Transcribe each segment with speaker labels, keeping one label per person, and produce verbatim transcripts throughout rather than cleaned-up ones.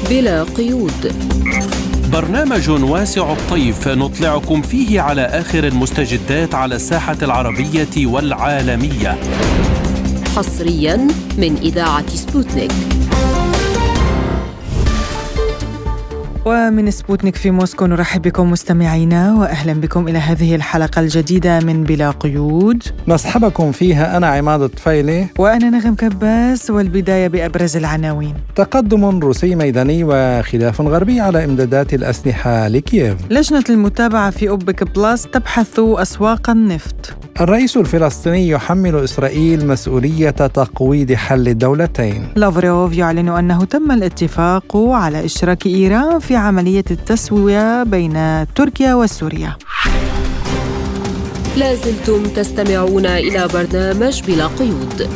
Speaker 1: بلا قيود،
Speaker 2: برنامج واسع الطيف نطلعكم فيه على آخر المستجدات على الساحة العربية والعالمية،
Speaker 1: حصرياً من إذاعة سبوتنيك.
Speaker 3: ومن سبوتنيك في موسكو نرحب بكم مستمعينا، وأهلا بكم إلى هذه الحلقة الجديدة من بلا قيود،
Speaker 4: نصحبكم فيها أنا عماد الطفيلي
Speaker 3: وأنا نغم كباس. والبداية بأبرز العناوين:
Speaker 4: تقدم روسي ميداني وخلاف غربي على إمدادات الأسلحة لكييف.
Speaker 3: لجنة المتابعة في أوبك بلاس تبحث أسواق النفط.
Speaker 4: الرئيس الفلسطيني يحمل إسرائيل مسؤولية تقويض حل الدولتين.
Speaker 3: لافروف يعلن أنه تم الاتفاق على إشراك إيران في عملية التسوية بين تركيا وسوريا.
Speaker 1: لازلتم تستمعون إلى برنامج بلا قيود.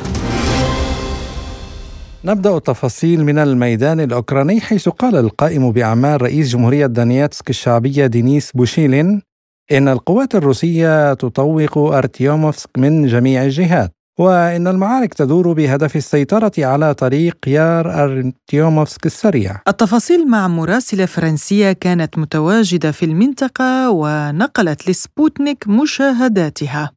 Speaker 4: نبدأ التفاصيل من الميدان الأوكراني، حيث قال القائم بأعمال رئيس جمهورية دونيتسك الشعبية دينيس بوشيلين إن القوات الروسية تطوق أرتيوموفسك من جميع الجهات، وإن المعارك تدور بهدف السيطرة على طريق يار أرتيوموفسك السريع.
Speaker 3: التفاصيل مع مراسلة فرنسية كانت متواجدة في المنطقة ونقلت لسبوتنيك مشاهداتها.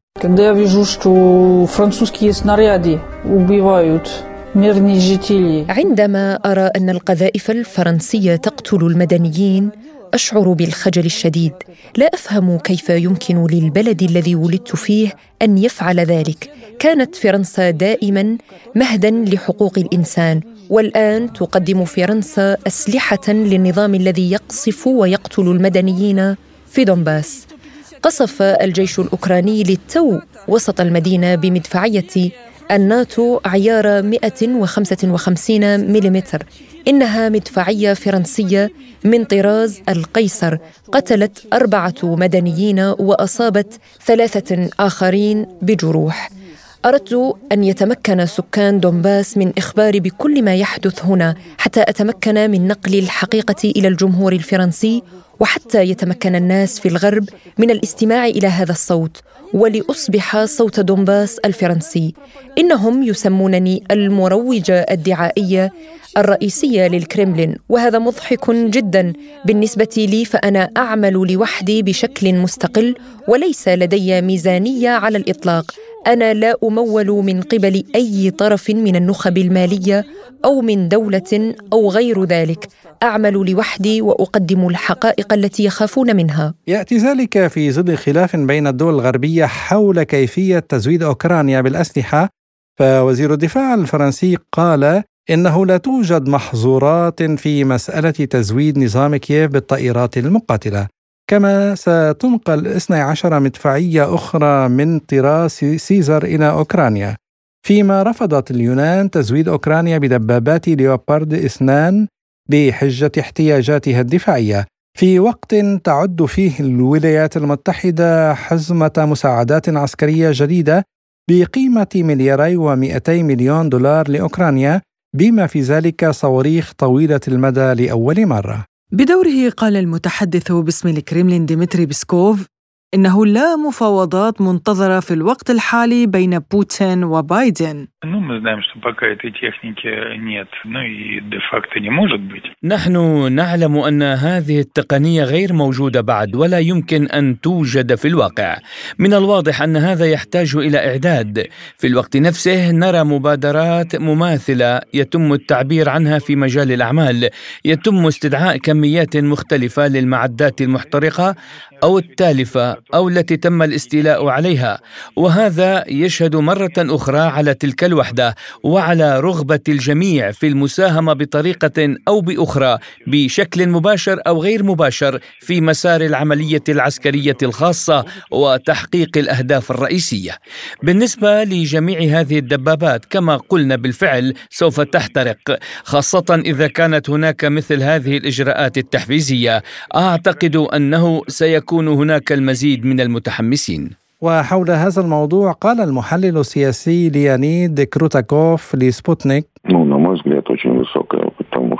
Speaker 5: عندما أرى أن القذائف الفرنسية تقتل المدنيين أشعر بالخجل الشديد. لا أفهم كيف يمكن للبلد الذي ولدت فيه أن يفعل ذلك. كانت فرنسا دائماً مهداً لحقوق الإنسان، والآن تقدم فرنسا أسلحة للنظام الذي يقصف ويقتل المدنيين في دونباس. قصف الجيش الأوكراني للتو وسط المدينة بمدفعية الناتو عيار مئة وخمسة وخمسين مليمتر. إنها مدفعية فرنسية من طراز القيصر، قتلت أربعة مدنيين وأصابت ثلاثة آخرين بجروح. أردت أن يتمكن سكان دونباس من إخباري بكل ما يحدث هنا، حتى أتمكن من نقل الحقيقة إلى الجمهور الفرنسي، وحتى يتمكن الناس في الغرب من الاستماع إلى هذا الصوت، ولأصبح صوت دونباس الفرنسي. إنهم يسمونني المروجة الدعائية الرئيسية للكرملين، وهذا مضحك جدا بالنسبة لي، فأنا أعمل لوحدي بشكل مستقل وليس لدي ميزانية على الإطلاق. أنا لا أمول من قبل أي طرف من النخب المالية أو من دولة أو غير ذلك. أعمل لوحدي وأقدم الحقائق التي يخافون منها.
Speaker 4: يأتي ذلك في ظل خلاف بين الدول الغربية حول كيفية تزويد أوكرانيا بالأسلحة، فوزير الدفاع الفرنسي قال إنه لا توجد محظورات في مسألة تزويد نظام كييف بالطائرات المقاتلة. كما ستنقل اثنتي عشرة مدفعية أخرى من طراز سيزر إلى أوكرانيا، فيما رفضت اليونان تزويد أوكرانيا بدبابات ليوبارد اثنين بحجة احتياجاتها الدفاعية، في وقت تعد فيه الولايات المتحدة حزمة مساعدات عسكرية جديدة بقيمة ملياري ومئتي مليون دولار لأوكرانيا، بما في ذلك صواريخ طويلة المدى لأول مرة.
Speaker 3: بدوره قال المتحدث باسم الكريملين ديمتري بيسكوف إنه لا مفاوضات منتظرة في الوقت الحالي بين بوتين وبايدن.
Speaker 6: نحن نعلم أن هذه التقنية غير موجودة بعد ولا يمكن أن توجد في الواقع. من الواضح أن هذا يحتاج إلى إعداد. في الوقت نفسه نرى مبادرات مماثلة يتم التعبير عنها في مجال الأعمال. يتم استدعاء كميات مختلفة للمعدات المحترقة أو التالفة أو التي تم الاستيلاء عليها، وهذا يشهد مرة أخرى على تلك الوحدة وعلى رغبة الجميع في المساهمة بطريقة أو بأخرى بشكل مباشر أو غير مباشر في مسار العملية العسكرية الخاصة وتحقيق الأهداف الرئيسية. بالنسبة لجميع هذه الدبابات كما قلنا بالفعل سوف تحترق، خاصة إذا كانت هناك مثل هذه الإجراءات التحفيزية. أعتقد أنه سيكون هناك المزيد من المتحمسين.
Speaker 4: وحول هذا الموضوع قال المحلل السياسي ليونيد كروتاكوف لسبوتنيك: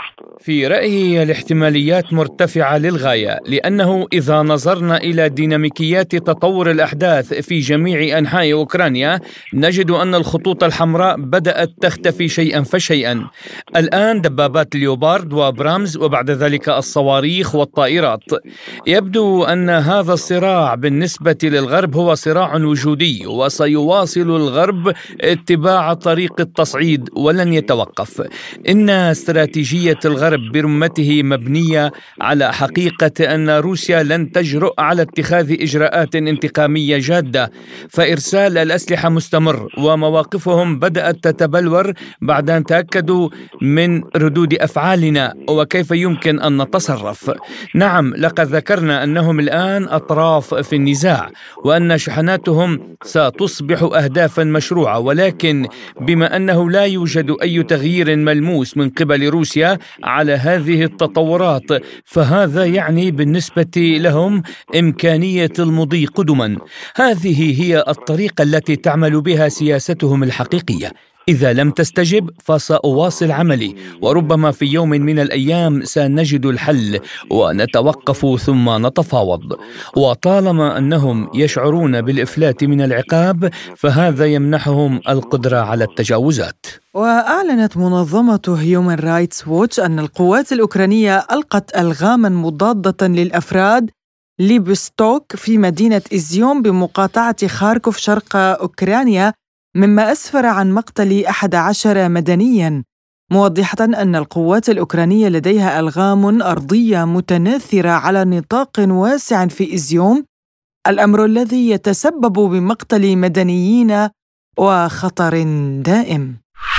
Speaker 6: في رأيي الاحتماليات مرتفعة للغاية، لأنه إذا نظرنا إلى ديناميكيات تطور الأحداث في جميع أنحاء أوكرانيا نجد أن الخطوط الحمراء بدأت تختفي شيئا فشيئا. الآن دبابات ليوبارد وبرامز، وبعد ذلك الصواريخ والطائرات. يبدو أن هذا الصراع بالنسبة للغرب هو صراع وجودي، وسيواصل الغرب اتباع طريق التصعيد ولن يتوقف. إن استراتيجية الغرب برمته مبنية على حقيقة أن روسيا لن تجرؤ على اتخاذ إجراءات انتقامية جادة، فإرسال الأسلحة مستمر، ومواقفهم بدأت تتبلور بعد أن تأكدوا من ردود أفعالنا وكيف يمكن أن نتصرف. نعم، لقد ذكرنا أنهم الآن أطراف في النزاع وأن شحناتهم ستصبح أهدافا مشروعة، ولكن بما أنه لا يوجد أي تغيير ملموس من قبل روسيا على هذه التطورات، فهذا يعني بالنسبة لهم إمكانية المضي قدما. هذه هي الطريقة التي تعمل بها سياستهم الحقيقية. إذا لم تستجب فسأواصل عملي، وربما في يوم من الأيام سنجد الحل ونتوقف ثم نتفاوض. وطالما أنهم يشعرون بالإفلات من العقاب فهذا يمنحهم القدرة على التجاوزات.
Speaker 3: وأعلنت منظمة هيومن رايتس ووتش أن القوات الأوكرانية ألقت ألغاما مضادة للأفراد لبستوك في مدينة إزيوم بمقاطعة خاركوف شرق أوكرانيا، مما أسفر عن مقتل أحد عشر مدنياً، موضحة أن القوات الأوكرانية لديها ألغام أرضية متناثرة على نطاق واسع في إزيوم، الأمر الذي يتسبب بمقتل مدنيين وخطر دائم.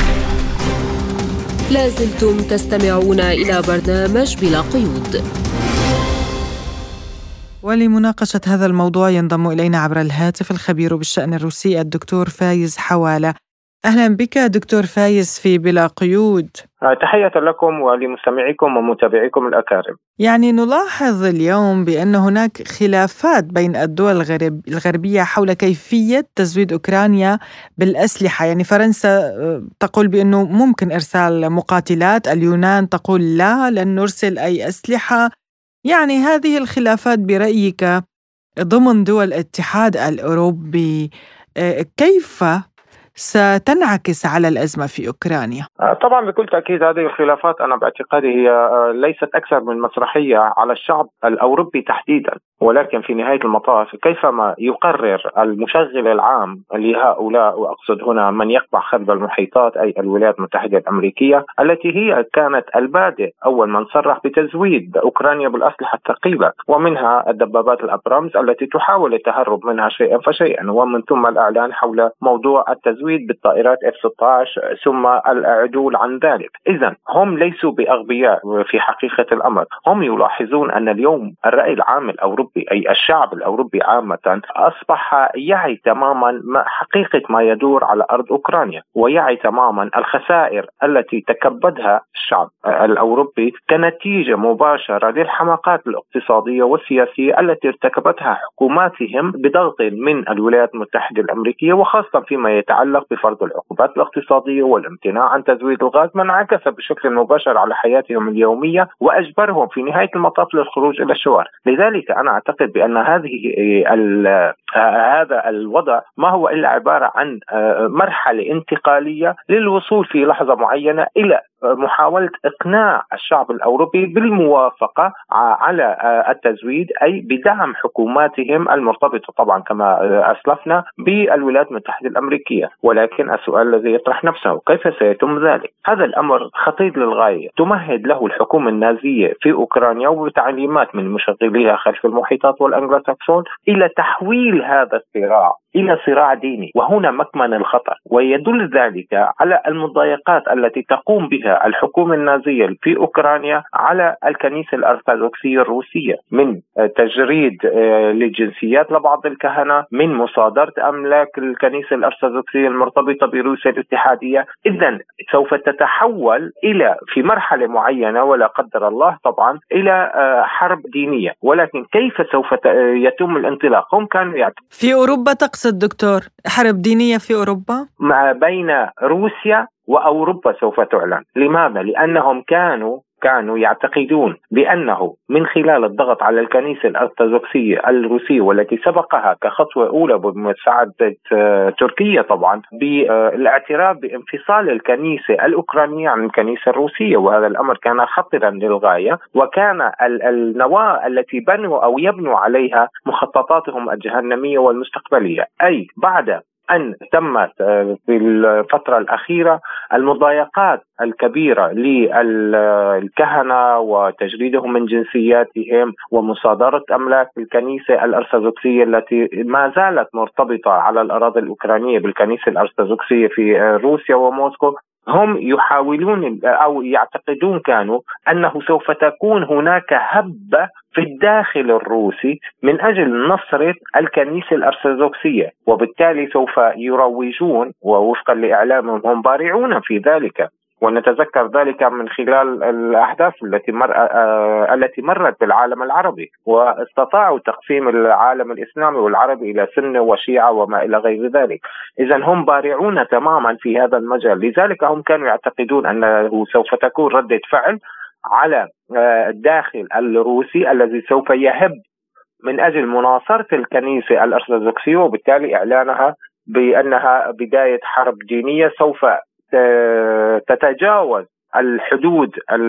Speaker 1: لازلتم تستمعون إلى برنامج بلا قيود.
Speaker 3: ولمناقشة هذا الموضوع ينضم إلينا عبر الهاتف الخبير بالشأن الروسي الدكتور فايز حوالة. أهلا بك دكتور فايز في بلا قيود.
Speaker 7: تحية لكم ولمستمعيكم ومتابعيكم الأكارم.
Speaker 3: يعني نلاحظ اليوم بأن هناك خلافات بين الدول الغرب الغربية حول كيفية تزويد أوكرانيا بالأسلحة. يعني فرنسا تقول بأنه ممكن إرسال مقاتلات، اليونان تقول لا، لن نرسل أي أسلحة. يعني هذه الخلافات برأيك ضمن دول الاتحاد الأوروبي كيف ستنعكس على الأزمة في أوكرانيا؟
Speaker 7: طبعا بكل تأكيد هذه الخلافات أنا باعتقادي هي ليست أكثر من مسرحية على الشعب الأوروبي تحديدا، ولكن في نهاية المطاف كيفما يقرر المشغل العام لهؤلاء، وأقصد هنا من يقطع خرب المحيطات أي الولايات المتحدة الأمريكية التي هي كانت البادئ أول من صرح بتزويد أوكرانيا بالأسلحة الثقيلة، ومنها الدبابات الأبرامز التي تحاول التهرب منها شيئا فشيئا، ومن ثم الإعلان حول موضوع التزويد بالطائرات إف ستة عشر ثم العدول عن ذلك. إذن هم ليسوا بأغبياء في حقيقة الأمر، هم يلاحظون أن اليوم الرأي العام الأوروبي أي الشعب الأوروبي عامة أصبح يعي تماما ما حقيقة ما يدور على أرض أوكرانيا، ويعي تماما الخسائر التي تكبدها الشعب الأوروبي كنتيجة مباشرة للحماقات الاقتصادية والسياسية التي ارتكبتها حكوماتهم بضغط من الولايات المتحدة الأمريكية، وخاصة فيما يتعلق بفرض العقوبات الاقتصادية والامتناع عن تزويد الغاز، من انعكس بشكل مباشر على حياتهم اليومية وأجبرهم في نهاية المطاف للخروج إلى الشوارع. لذلك أنا أعتقد بأن هذه هذا الوضع ما هو إلا عبارة عن مرحلة انتقالية للوصول في لحظة معينة إلى محاولة إقناع الشعب الأوروبي بالموافقة على التزويد، أي بدعم حكوماتهم المرتبطة طبعا كما أسلفنا بالولايات المتحدة الأمريكية. ولكن السؤال الذي يطرح نفسه كيف سيتم ذلك؟ هذا الأمر خطير للغاية، تمهد له الحكومة النازية في أوكرانيا وبتعليمات من مشغليها خلف المحيطات والأنجلوساكسون إلى تحويل هذا الصراع إلى صراع ديني، وهنا مكمن الخطر. ويدل ذلك على المضايقات التي تقوم بها الحكومة النازية في أوكرانيا على الكنيسة الأرثوذكسية الروسية، من تجريد للجنسيات لبعض الكهنة، من مصادرة أملاك الكنيسة الأرثوذكسية المرتبطة بروسيا الاتحادية. إذن سوف تتحول إلى في مرحلة معينة ولا قدر الله طبعا إلى حرب دينية. ولكن كيف سوف يتم الانطلاق؟ هم كانوا يعتقدون
Speaker 3: في أوروبا، تقصد دكتور حرب دينية في أوروبا؟
Speaker 7: ما بين روسيا وأوروبا سوف تعلن. لماذا؟ لأنهم كانوا كانوا يعتقدون بأنه من خلال الضغط على الكنيسة الأرثوذكسية الروسية والتي سبقها كخطوة أولى بمساعدة تركيا طبعا بالاعتراف بانفصال الكنيسة الأوكرانية عن الكنيسة الروسية، وهذا الأمر كان خطرا للغاية، وكان النواة التي بنوا أو يبنوا عليها مخططاتهم الجهنمية والمستقبلية. أي بعد أن تمت في الفترة الأخيرة المضايقات الكبيرة للكهنة وتجريدهم من جنسياتهم ومصادرة أملاك الكنيسة الأرثوذكسية التي ما زالت مرتبطة على الأراضي الأوكرانية بالكنيسة الأرثوذكسية في روسيا وموسكو، هم يحاولون أو يعتقدون كانوا أنه سوف تكون هناك هبة في الداخل الروسي من أجل نصرة الكنيسة الأرثوذكسية، وبالتالي سوف يروجون ووفقا لإعلامهم هم بارعون في ذلك. ونتذكر ذلك من خلال الأحداث التي مر... آه... التي مرت بالعالم العربي، واستطاعوا تقسيم العالم الإسلامي والعربي إلى سنة وشيعة وما إلى غير ذلك. إذن هم بارعون تماما في هذا المجال، لذلك هم كانوا يعتقدون أنه سوف تكون ردة فعل على الداخل الروسي الذي سوف يهب من أجل مناصرة الكنيسة الأرثوذكسية، وبالتالي إعلانها بأنها بداية حرب دينية سوف تتجاوز الحدود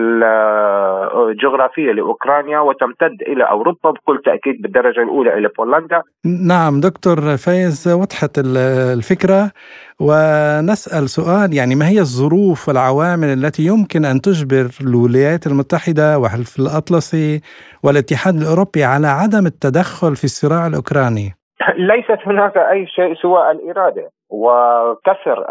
Speaker 7: الجغرافية لأوكرانيا وتمتد إلى أوروبا بكل تأكيد بالدرجة الأولى إلى بولندا.
Speaker 4: نعم دكتور فايز، وضحت الفكرة، ونسأل سؤال، يعني ما هي الظروف والعوامل التي يمكن أن تجبر الولايات المتحدة وحلف الأطلسي والاتحاد الأوروبي على عدم التدخل في الصراع الأوكراني؟
Speaker 7: ليست هناك أي شيء سوى الإرادة وكسر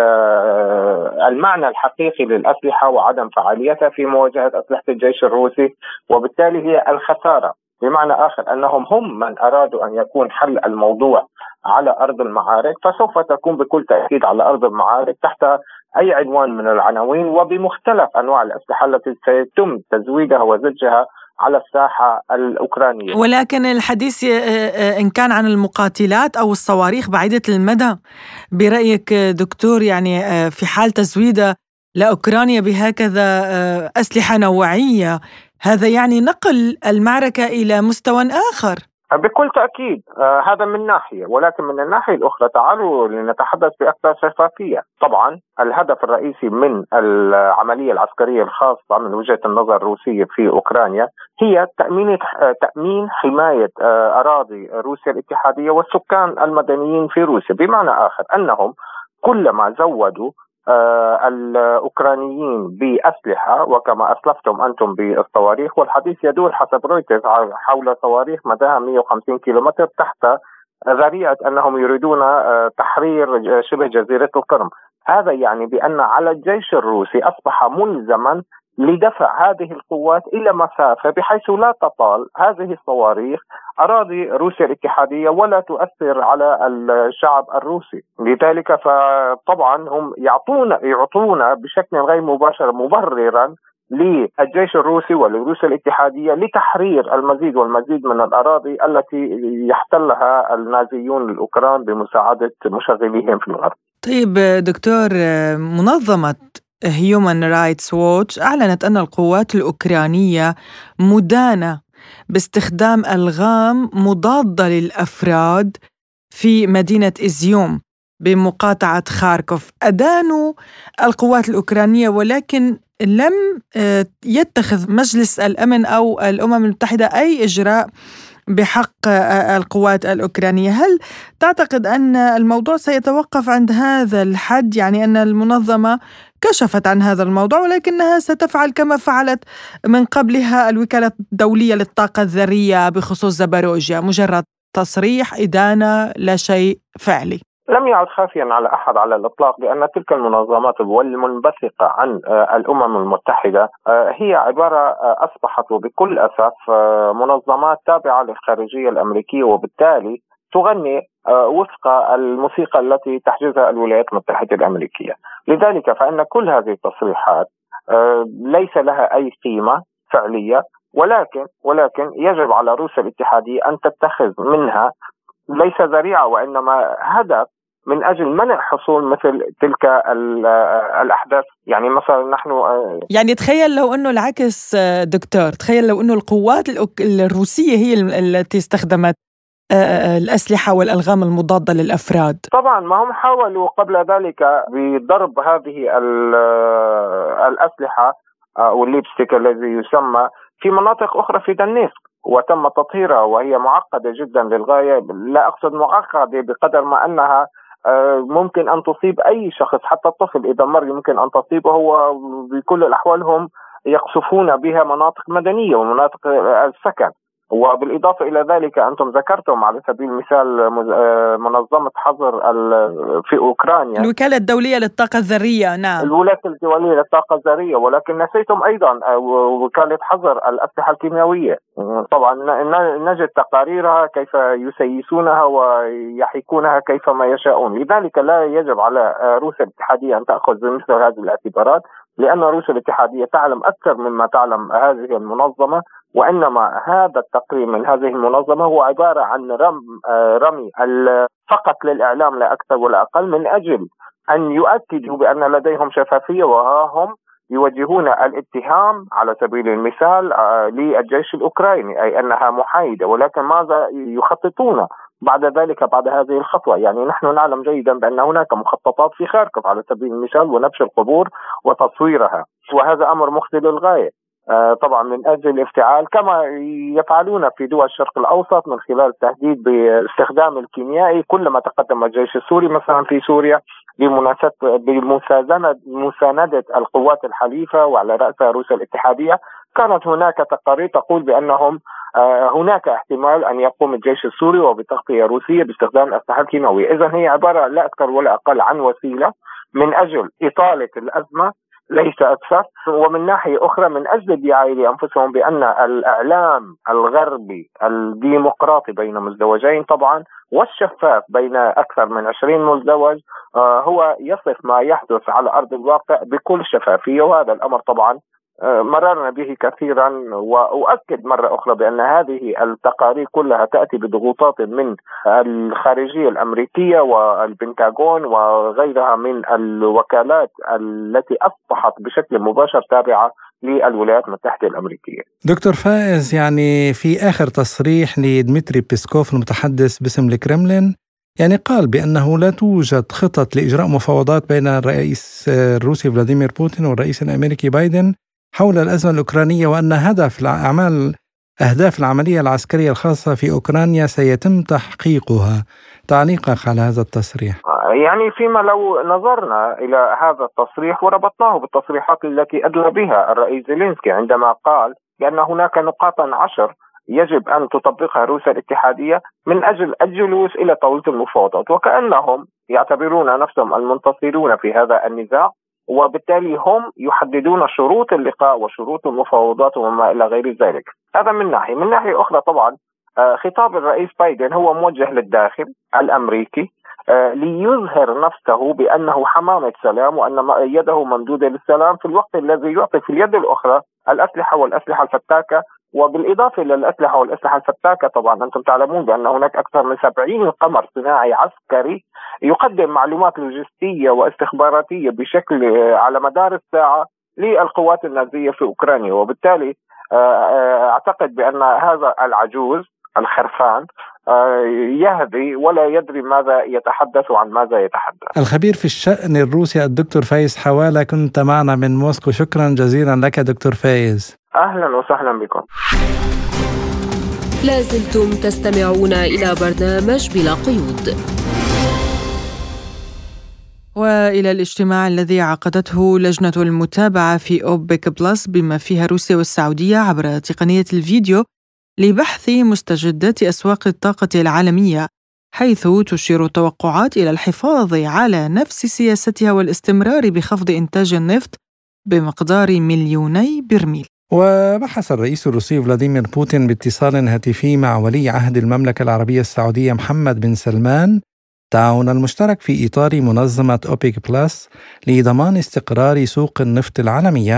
Speaker 7: المعنى الحقيقي للأسلحة وعدم فعاليتها في مواجهة أسلحة الجيش الروسي، وبالتالي هي الخسارة. بمعنى آخر أنهم هم من أرادوا أن يكون حل الموضوع على أرض المعارك، فسوف تكون بكل تأكيد على أرض المعارك تحت أي عنوان من العناوين وبمختلف أنواع الأسلحة التي سيتم تزويدها وزجها على الساحة الأوكرانية.
Speaker 3: ولكن الحديث إن كان عن المقاتلات أو الصواريخ بعيدة المدى، برأيك دكتور، يعني في حال تزويد لأوكرانيا بهكذا أسلحة نوعية، هذا يعني نقل المعركة إلى مستوى آخر؟
Speaker 7: بكل تأكيد آه هذا من ناحية، ولكن من الناحية الأخرى تعالوا لنتحدث بأكثر شفافية. طبعا الهدف الرئيسي من العملية العسكرية الخاصة من وجهة النظر الروسية في أوكرانيا هي تأمين تأمين حماية آه أراضي روسيا الاتحادية والسكان المدنيين في روسيا. بمعنى آخر أنهم كلما زودوا آه الأوكرانيين بأسلحة، وكما أسلفتم أنتم بالصواريخ، والحديث يدور حسب رويترز حول صواريخ مداها مئة وخمسين كيلومتر تحت ذريعة أنهم يريدون آه تحرير شبه جزيرة القرم. هذا يعني بأن على الجيش الروسي أصبح ملزما لدفع هذه القوات إلى مسافة بحيث لا تطال هذه الصواريخ أراضي روسيا الاتحادية ولا تؤثر على الشعب الروسي. لذلك فطبعا هم يعطون يعطون بشكل غير مباشر مبررا للجيش الروسي ولروسيا الاتحادية لتحرير المزيد والمزيد من الأراضي التي يحتلها النازيون الأوكران بمساعدة مشغليهم في الغرب.
Speaker 3: طيب دكتور، منظمة Human Rights Watch أعلنت أن القوات الأوكرانية مدانة باستخدام ألغام مضادة للأفراد في مدينة إزيوم بمقاطعة خاركوف. أدانوا القوات الأوكرانية، ولكن لم يتخذ مجلس الأمن أو الأمم المتحدة أي إجراء بحق القوات الأوكرانية. هل تعتقد أن الموضوع سيتوقف عند هذا الحد، يعني أن المنظمة كشفت عن هذا الموضوع ولكنها ستفعل كما فعلت من قبلها الوكالة الدولية للطاقة الذرية بخصوص زاباروجيا، مجرد تصريح إدانة لا شيء فعلي؟
Speaker 7: لم يعد خافيا على أحد على الإطلاق بأن تلك المنظمات والمنبثقة عن الأمم المتحدة هي عبارة أصبحت بكل أسف منظمات تابعة للخارجية الأمريكية، وبالتالي تغني وفق الموسيقى التي تحجزها الولايات المتحدة الأمريكية. لذلك فإن كل هذه التصريحات ليس لها أي قيمة فعلية، ولكن ولكن يجب على روسيا الاتحادية أن تتخذ منها ليس ذريعة وإنما هدف من أجل منع حصول مثل تلك الأحداث. يعني مثلا نحن
Speaker 3: يعني تخيل لو أنه العكس دكتور، تخيل لو أنه القوات الروسية هي التي استخدمت الأسلحة والألغام المضادة للأفراد.
Speaker 7: طبعا ما هم حاولوا قبل ذلك بضرب هذه الأسلحة والليبستيك الذي يسمى في مناطق أخرى في دنيسك، وتم تطهيرها، وهي معقدة جدا للغاية. لا أقصد معقدة بقدر ما أنها ممكن أن تصيب أي شخص، حتى الطفل إذا مر يمكن أن تصيبه، وبكل الأحوال هم يقصفون بها مناطق مدنية ومناطق السكن. وبالإضافة إلى ذلك أنتم ذكرتم على سبيل المثال منظمة حظر في أوكرانيا،
Speaker 3: الوكالة الدولية للطاقة الذرية. نعم،
Speaker 7: الولاية الدولية للطاقة الذرية، ولكن نسيتم أيضا وكالة حظر الأسلحة الكيميائية. طبعا نجد تقاريرها كيف يسيسونها ويحيكونها كيفما يشاءون. لذلك لا يجب على روسيا الاتحادية أن تأخذ بمثل هذه الاعتبارات، لأن روسيا الاتحادية تعلم أكثر مما تعلم هذه المنظمة، وإنما هذا التقرير من هذه المنظمة هو عبارة عن رم رمي فقط للإعلام لا أكثر ولا أقل، من أجل أن يؤكدوا بأن لديهم شفافية، وها هم يوجهون الاتهام على سبيل المثال للجيش الأوكراني، أي أنها محايدة. ولكن ماذا يخططون بعد ذلك بعد هذه الخطوة؟ يعني نحن نعلم جيدا بأن هناك مخططات في خاركوف على سبيل المثال، ونبش القبور وتصويرها، وهذا أمر مخزي للغاية. آه طبعا من أجل افتعال كما يفعلون في دول الشرق الأوسط من خلال التهديد باستخدام الكيميائي كلما تقدم الجيش السوري مثلا في سوريا بمساندة القوات الحليفة وعلى رأسها روسيا الاتحادية. كانت هناك تقارير تقول بأنهم آه هناك احتمال أن يقوم الجيش السوري وبتغطية روسية باستخدام الأسلحة الكيماوية. إذن هي عبارة لا أكثر ولا أقل عن وسيلة من أجل إطالة الأزمة ليس أكثر، ومن ناحية أخرى من أجل الدعاية لأنفسهم بأن الإعلام الغربي الديمقراطي بين مزدوجين طبعا والشفاف بين أكثر من عشرين مزدوج هو يصف ما يحدث على أرض الواقع بكل شفافية. وهذا الأمر طبعا مررنا به كثيرا، وأؤكد مرة أخرى بأن هذه التقارير كلها تأتي بضغوطات من الخارجية الأمريكية والبنتاغون وغيرها من الوكالات التي أصبحت بشكل مباشر تابعة للولايات المتحدة الأمريكية.
Speaker 4: دكتور فائز، يعني في آخر تصريح لديمتري بيسكوف المتحدث باسم الكرملين، يعني قال بأنه لا توجد خطط لإجراء مفاوضات بين الرئيس الروسي فلاديمير بوتين والرئيس الأمريكي بايدن حول الأزمة الأوكرانية، وأن هدف الأعمال أهداف العملية العسكرية الخاصة في أوكرانيا سيتم تحقيقها. تعليقك على هذا التصريح؟
Speaker 7: يعني فيما لو نظرنا إلى هذا التصريح وربطناه بالتصريحات التي أدلى بها الرئيس زيلينسكي عندما قال بأن هناك نقاطا عشر يجب أن تطبقها روسيا الاتحادية من أجل الجلوس إلى طاولة المفاوضات، وكأنهم يعتبرون نفسهم المنتصرون في هذا النزاع، وبالتالي هم يحددون شروط اللقاء وشروط المفاوضات وما إلى غير ذلك. هذا من ناحية. من ناحية أخرى طبعا خطاب الرئيس بايدن هو موجه للداخل الأمريكي ليظهر نفسه بأنه حمامة سلام وأن يده ممدودة للسلام، في الوقت الذي يعطي في اليد الأخرى الأسلحة والأسلحة الفتاكة. وبالإضافة للأسلحة والأسلحة الفتاكة طبعا أنتم تعلمون بأن هناك أكثر من سبعين قمر صناعي عسكري يقدم معلومات لوجستية واستخباراتية بشكل على مدار الساعة للقوات النازية في أوكرانيا. وبالتالي أعتقد بأن هذا العجوز الخرفان يهدي ولا يدري ماذا يتحدث وعن ماذا يتحدث.
Speaker 4: الخبير في الشأن الروسي الدكتور فايز حوالة، كنت معنا من موسكو. شكرا جزيلا لك دكتور فايز.
Speaker 7: أهلا وسهلا بكم.
Speaker 1: لازلتم تستمعون إلى برنامج بلا قيود.
Speaker 3: وإلى الاجتماع الذي عقدته لجنة المتابعة في أوبك بلس بما فيها روسيا والسعودية عبر تقنية الفيديو لبحث مستجدات أسواق الطاقة العالمية، حيث تشير التوقعات إلى الحفاظ على نفس سياستها والاستمرار بخفض إنتاج النفط بمقدار مليوني برميل.
Speaker 4: وبحث الرئيس الروسي فلاديمير بوتين باتصال هاتفي مع ولي عهد المملكة العربية السعودية محمد بن سلمان التعاون المشترك في إطار منظمة أوبك بلس لضمان استقرار سوق النفط العالمية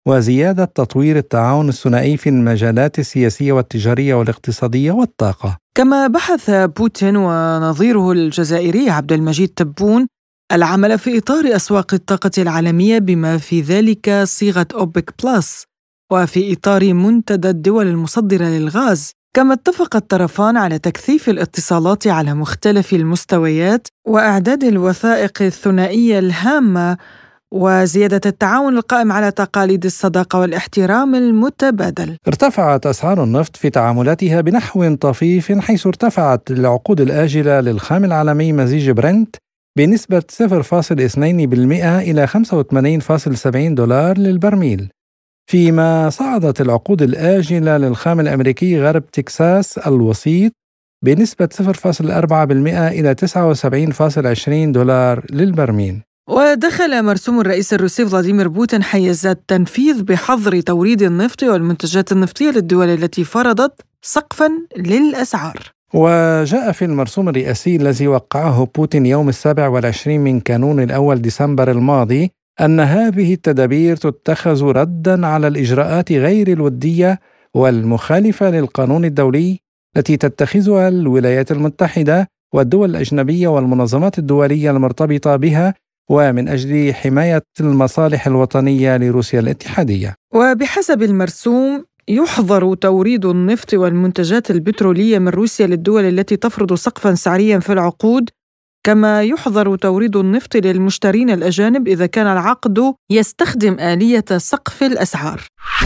Speaker 4: وزيادة تطوير التعاون الثنائي في المجالات السياسية والتجارية والاقتصادية والطاقة.
Speaker 3: كما بحث بوتين ونظيره الجزائري عبد المجيد تبون العمل في إطار أسواق الطاقة العالمية بما في ذلك صيغة أوبك بلس وفي إطار منتدى الدول المصدرة للغاز. كما اتفق الطرفان على تكثيف الاتصالات على مختلف المستويات وإعداد الوثائق الثنائية الهامة وزيادة التعاون القائم على تقاليد الصداقة والاحترام المتبادل.
Speaker 4: ارتفعت أسعار النفط في تعاملاتها بنحو طفيف، حيث ارتفعت العقود الآجلة للخام العالمي مزيج برنت بنسبة صفر فاصلة اثنين بالمئة إلى خمسة وثمانين فاصلة سبعين دولار للبرميل، فيما صعدت العقود الآجلة للخام الأمريكي غرب تكساس الوسيط بنسبة صفر فاصلة أربعة بالمئة إلى تسعة وسبعين فاصلة عشرين دولار للبرميل.
Speaker 3: ودخل مرسوم الرئيس الروسي فلاديمير بوتين حيز التنفيذ بحظر توريد النفط والمنتجات النفطية للدول التي فرضت سقفاً للأسعار.
Speaker 4: وجاء في المرسوم الرئاسي الذي وقعه بوتين يوم السابع والعشرين من كانون الأول ديسمبر الماضي أن هذه التدابير تتخذ رداً على الإجراءات غير الودية والمخالفة للقانون الدولي التي تتخذها الولايات المتحدة والدول الأجنبية والمنظمات الدولية المرتبطة بها، ومن أجل حماية المصالح الوطنية لروسيا الاتحادية.
Speaker 3: وبحسب المرسوم يحظر توريد النفط والمنتجات البترولية من روسيا للدول التي تفرض سقفاً سعرياً في العقود، كما يحظر توريد النفط للمشترين الأجانب إذا كان العقد يستخدم آلية سقف الأسعار.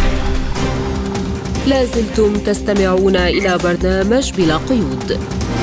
Speaker 1: لازلتم تستمعون إلى برنامج بلا قيود.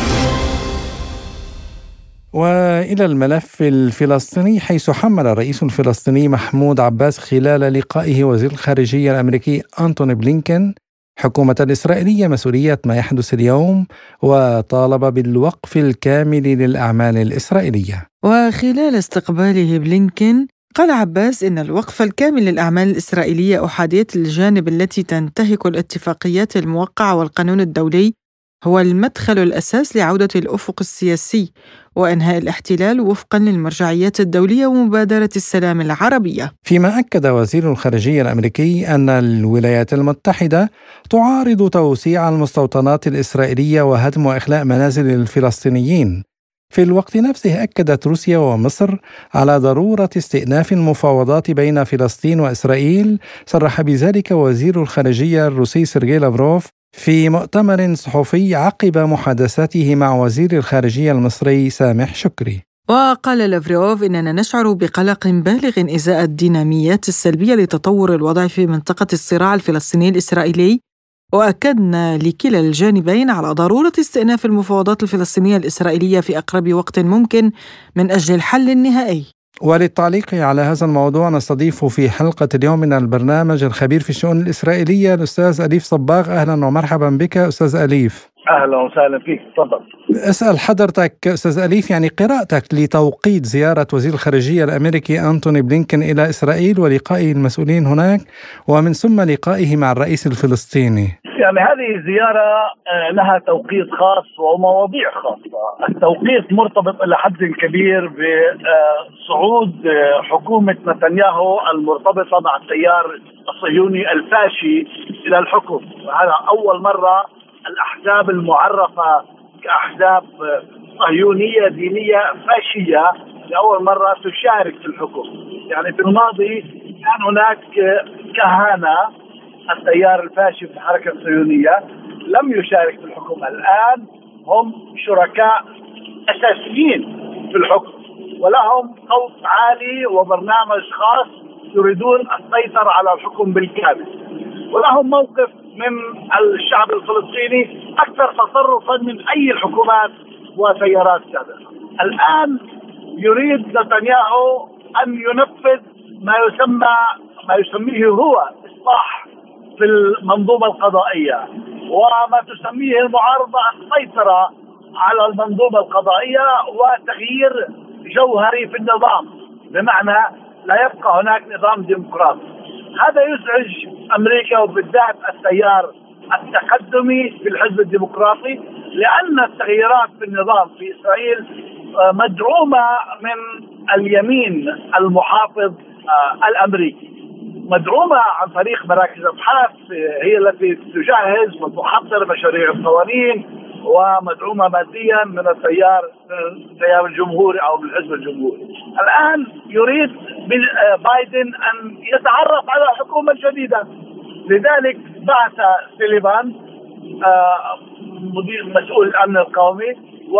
Speaker 4: وإلى الملف الفلسطيني، حيث حمل الرئيس الفلسطيني محمود عباس خلال لقائه وزير الخارجية الأمريكي أنتوني بلينكن حكومة الإسرائيلية مسؤولية ما يحدث اليوم، وطالب بالوقف الكامل للأعمال الإسرائيلية.
Speaker 3: وخلال استقباله بلينكن قال عباس إن الوقف الكامل للأعمال الإسرائيلية أحادية الجانب التي تنتهك الاتفاقيات الموقعة والقانون الدولي هو المدخل الأساس لعودة الأفق السياسي وإنهاء الاحتلال وفقاً للمرجعيات الدولية ومبادرة السلام العربية.
Speaker 4: فيما أكد وزير الخارجية الأمريكي أن الولايات المتحدة تعارض توسيع المستوطنات الإسرائيلية وهدم وإخلاء منازل الفلسطينيين. في الوقت نفسه أكدت روسيا ومصر على ضرورة استئناف المفاوضات بين فلسطين وإسرائيل. صرح بذلك وزير الخارجية الروسي سيرجي لافروف في مؤتمر صحفي عقب محادثاته مع وزير الخارجية المصري سامح شكري.
Speaker 3: وقال لافروف إننا نشعر بقلق بالغ إزاء الديناميات السلبية لتطور الوضع في منطقة الصراع الفلسطيني الإسرائيلي، وأكدنا لكلا الجانبين على ضرورة استئناف المفاوضات الفلسطينية الإسرائيلية في أقرب وقت ممكن من أجل الحل النهائي.
Speaker 4: وللتعليق على هذا الموضوع نستضيف في حلقة اليوم من البرنامج الخبير في الشؤون الإسرائيلية الأستاذ أليف صباغ. أهلا ومرحبا بك أستاذ أليف.
Speaker 8: أهلا وسهلا فيك، تفضل.
Speaker 4: أسأل حضرتك أستاذ أليف، يعني قراءتك لتوقيت زيارة وزير الخارجية الأمريكي أنتوني بلينكن إلى إسرائيل ولقائه المسؤولين هناك ومن ثم لقائه مع الرئيس الفلسطيني.
Speaker 8: يعني هذه زيارة لها توقيت خاص ومواضيع خاصة. التوقيت مرتبط إلى حد كبير بصعود حكومة نتنياهو المرتبطة مع التيار الصهيوني الفاشي إلى الحكم. هذا أول مرة الأحزاب المعرفة كأحزاب صهيونية دينية فاشية لأول مرة تشارك في الحكم. يعني في الماضي كان هناك كهنة التيار الفاشي في الحركة الصهيونية لم يشارك في الحكم، الآن هم شركاء أساسيين في الحكم ولهم صوت عالي وبرنامج خاص يريدون السيطرة على الحكم بالكامل، ولهم موقف من الشعب الفلسطيني أكثر تصرفا من أي الحكومات وتيارات سابقة. الآن يريد نتنياهو أن ينفذ ما يسمى ما يسميه هو إصلاح في المنظومة القضائية، وما تسميه المعارضة السيطرة على المنظومة القضائية وتغيير جوهري في النظام، بمعنى لا يبقى هناك نظام ديمقراطي. هذا يزعج أمريكا وبالذات التيار التقدمي في الحزب الديمقراطي، لأن التغييرات في النظام في إسرائيل مدعومة من اليمين المحافظ الأمريكي. مدعومة عن طريق مراكز أبحاث هي التي تجهز وتحضر مشاريع القوانين، ومدعومة ماديا من التيار التيار الجمهوري أو من الحزب الجمهوري. الآن يريد بايدن أن يتعرف على الحكومة الجديدة، لذلك بعث سيليفان مدير مسؤول الأمن القومي،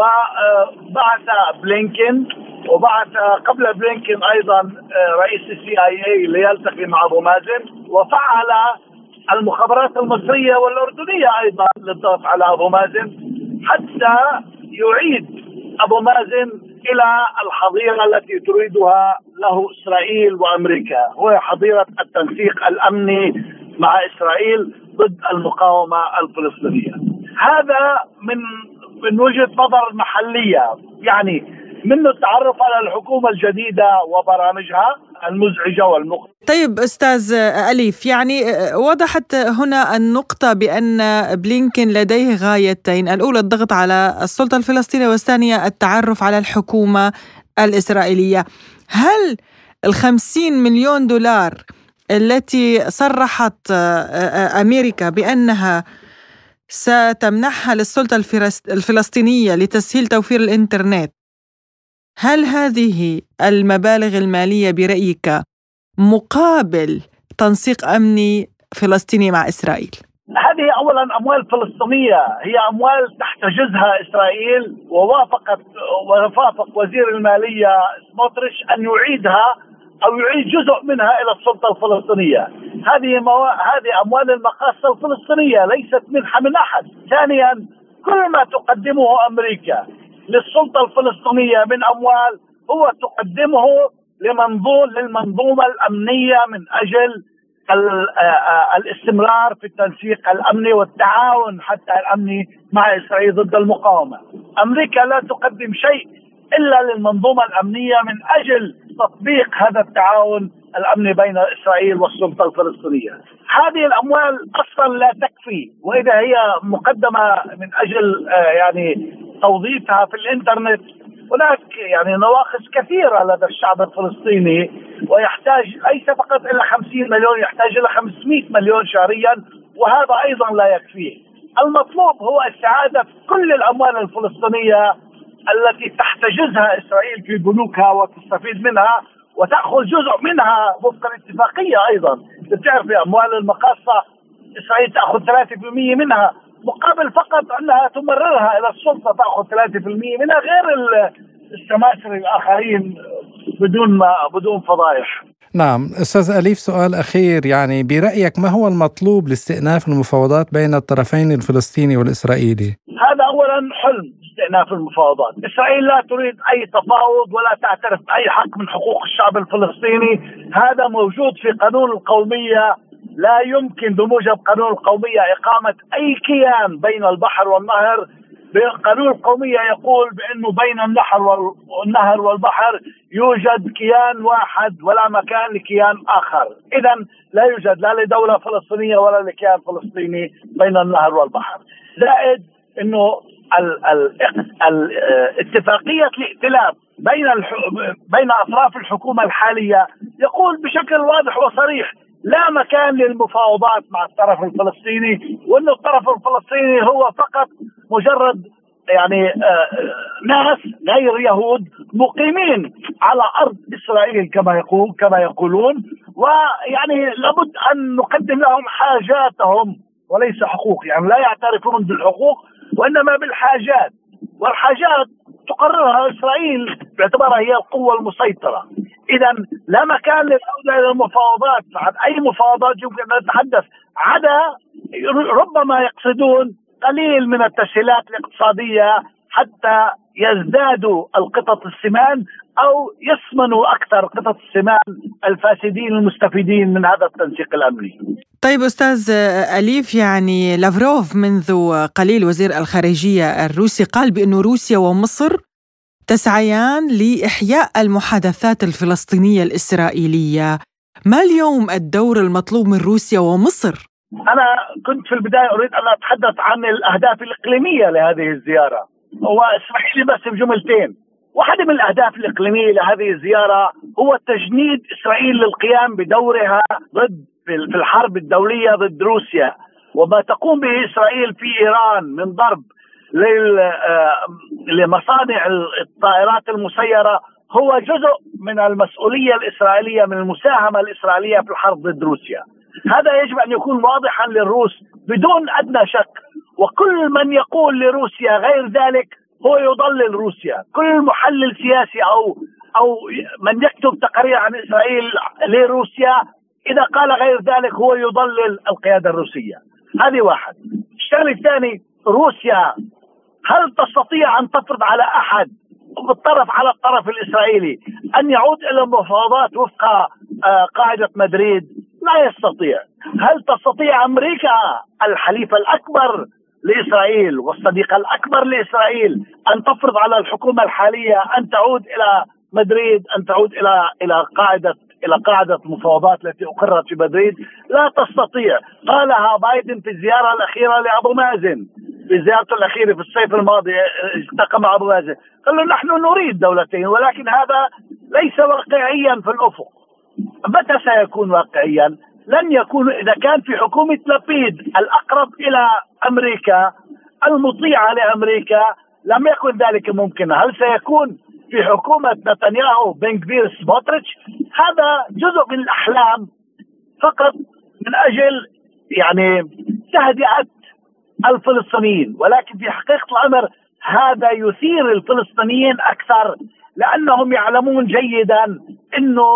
Speaker 8: وبعث بلينكن، وبعث قبل بلينكن أيضا رئيس السي آي اي ليلتقي مع أبو مازن، وفعل المخابرات المصرية والأردنية أيضا للضغط على أبو مازن حتى يعيد أبو مازن إلى الحظيرة التي تريدها له إسرائيل وأمريكا، وهي حظيرة التنسيق الأمني مع إسرائيل ضد المقاومة الفلسطينية. هذا من من وجهة نظر محلية، يعني منه التعرف على الحكومة الجديدة وبرامجها المزعجة والمقلقة.
Speaker 3: طيب أستاذ أليف، يعني وضحت هنا النقطة بأن بلينكن لديه غايتين، الأولى الضغط على السلطة الفلسطينية، والثانية التعرف على الحكومة الإسرائيلية. هل الخمسين مليون دولار التي صرحت أمريكا بأنها ستمنحها للسلطة الفلسطينية لتسهيل توفير الإنترنت، هل هذه المبالغ المالية برأيك مقابل تنسيق أمني فلسطيني مع إسرائيل؟
Speaker 8: هذه أولا أموال فلسطينية، هي أموال تحتجزها إسرائيل، ووافقت ووافق وزير المالية سموتريتش أن يعيدها أو يعيد جزء منها إلى السلطة الفلسطينية. هذه مو... هذه أموال المقاصة الفلسطينية، ليست منحة من أحد. ثانيا، كل ما تقدمه أمريكا للسلطة الفلسطينية من أموال هو تقدمه لمنظوم للمنظومة الأمنية من أجل الاستمرار في التنسيق الأمني والتعاون حتى الأمني مع إسرائيل ضد المقاومة. أمريكا لا تقدم شيء إلا للمنظومة الأمنية من أجل تطبيق هذا التعاون الأمني بين إسرائيل والسلطة الفلسطينية. هذه الأموال أصلا لا تكفي، وإذا هي مقدمة من أجل يعني توظيفها في الإنترنت، هناك يعني نواقص كثيرة لدى الشعب الفلسطيني، ويحتاج ليس فقط إلى خمسين مليون، يحتاج إلى خمسمائة مليون شهريا، وهذا أيضا لا يكفيه. المطلوب هو استعادة كل الأموال الفلسطينية التي تحتجزها إسرائيل في بنوكها وتستفيد منها وتأخذ جزء منها وفق الاتفاقية. أيضا بتعرف أموال المقاصة إسرائيل تأخذ ثلاثة بالمئة منها، مقابل فقط أنها تمررها إلى السلطة تأخذ ثلاثة بالمئة منها، غير السماسرة الآخرين بدون ما بدون فضائح.
Speaker 4: نعم أستاذ أليف، سؤال أخير، يعني برأيك ما هو المطلوب لاستئناف المفاوضات بين الطرفين الفلسطيني والإسرائيلي؟
Speaker 8: هذا أولا حلم استئناف المفاوضات. إسرائيل لا تريد أي تفاوض ولا تعترف بأي حق من حقوق الشعب الفلسطيني، هذا موجود في قانون القومية. لا يمكن بموجب قانون القومية إقامة أي كيان بين البحر والنهر. قانون القومية يقول بأنه بين النهر والنهر والبحر يوجد كيان واحد ولا مكان لكيان آخر. إذن لا يوجد لا لدولة فلسطينية ولا لكيان فلسطيني بين النهر والبحر. زائد أنه ال ال ال اتفاقية الائتلاف بين بين أطراف الحكومة الحالية يقول بشكل واضح وصريح لا مكان للمفاوضات مع الطرف الفلسطيني، وأن الطرف الفلسطيني هو فقط مجرد يعني آه ناس غير يهود مقيمين على أرض إسرائيل كما يقول كما يقولون، ويعني لابد أن نقدم لهم حاجاتهم وليس حقوق. يعني لا يعترفون بالحقوق وإنما بالحاجات، والحاجات تقررها إسرائيل باعتبارها هي القوة المسيطرة. إذا لا مكان للعودة للمفاوضات عن أي مفاوضات يمكن أن نتحدث، عدا ربما يقصدون قليل من التسهيلات الاقتصادية حتى يزدادوا القطط السمان أو يثمنوا أكثر قطط السمان الفاسدين المستفيدين من هذا التنسيق الأمني.
Speaker 3: طيب أستاذ أليف، يعني لافروف منذ قليل وزير الخارجية الروسي قال بأن روسيا ومصر تسعيان لإحياء المحادثات الفلسطينية الإسرائيلية. ما اليوم الدور المطلوب من روسيا ومصر؟
Speaker 8: أنا كنت في البداية أريد أن أتحدث عن الأهداف الإقليمية لهذه الزيارة. هو إسرائيلي بس بجملتين، واحدة من الأهداف الإقليمية لهذه الزيارة هو تجنيد إسرائيل للقيام بدورها ضد في الحرب الدولية ضد روسيا، وما تقوم به إسرائيل في إيران من ضرب لمصانع الطائرات المسيرة هو جزء من المسؤولية الإسرائيلية، من المساهمة الإسرائيلية في الحرب ضد روسيا. هذا يجب أن يكون واضحا للروس بدون أدنى شك، وكل من يقول لروسيا غير ذلك هو يضلل روسيا. كل محلل سياسي أو أو من يكتب تقارير عن إسرائيل لروسيا إذا قال غير ذلك هو يضلل القيادة الروسية. هذه واحد. الشغله الثاني، روسيا هل تستطيع أن تفرض على أحد بالطرف على الطرف الإسرائيلي أن يعود إلى المفاوضات وفق قاعدة مدريد؟ لا يستطيع. هل تستطيع أمريكا الحليف الأكبر لإسرائيل والصديق الأكبر لإسرائيل أن تفرض على الحكومة الحالية أن تعود إلى مدريد، أن تعود إلى إلى قاعدة إلى قاعدة المفاوضات التي أقرت في مدريد؟ لا تستطيع. قالها بايدن في الزيارة الأخيرة لأبو مازن، في زيارته الأخيرة في الصيف الماضي التقى مع أبو مازن، قال له نحن نريد دولتين، ولكن هذا ليس واقعيا في الأفق. متى سيكون واقعيا؟ لن يكون إذا كان في حكومة لبيد الأقرب إلى أمريكا المطيعة لأمريكا، لم يكن ذلك ممكنا. هل سيكون في حكومة نتنياهو بن غفير سموتريتش؟ هذا جزء من الأحلام فقط من أجل يعني تهدئة الفلسطينيين، ولكن في حقيقة الأمر هذا يثير الفلسطينيين أكثر، لأنهم يعلمون جيدا أنه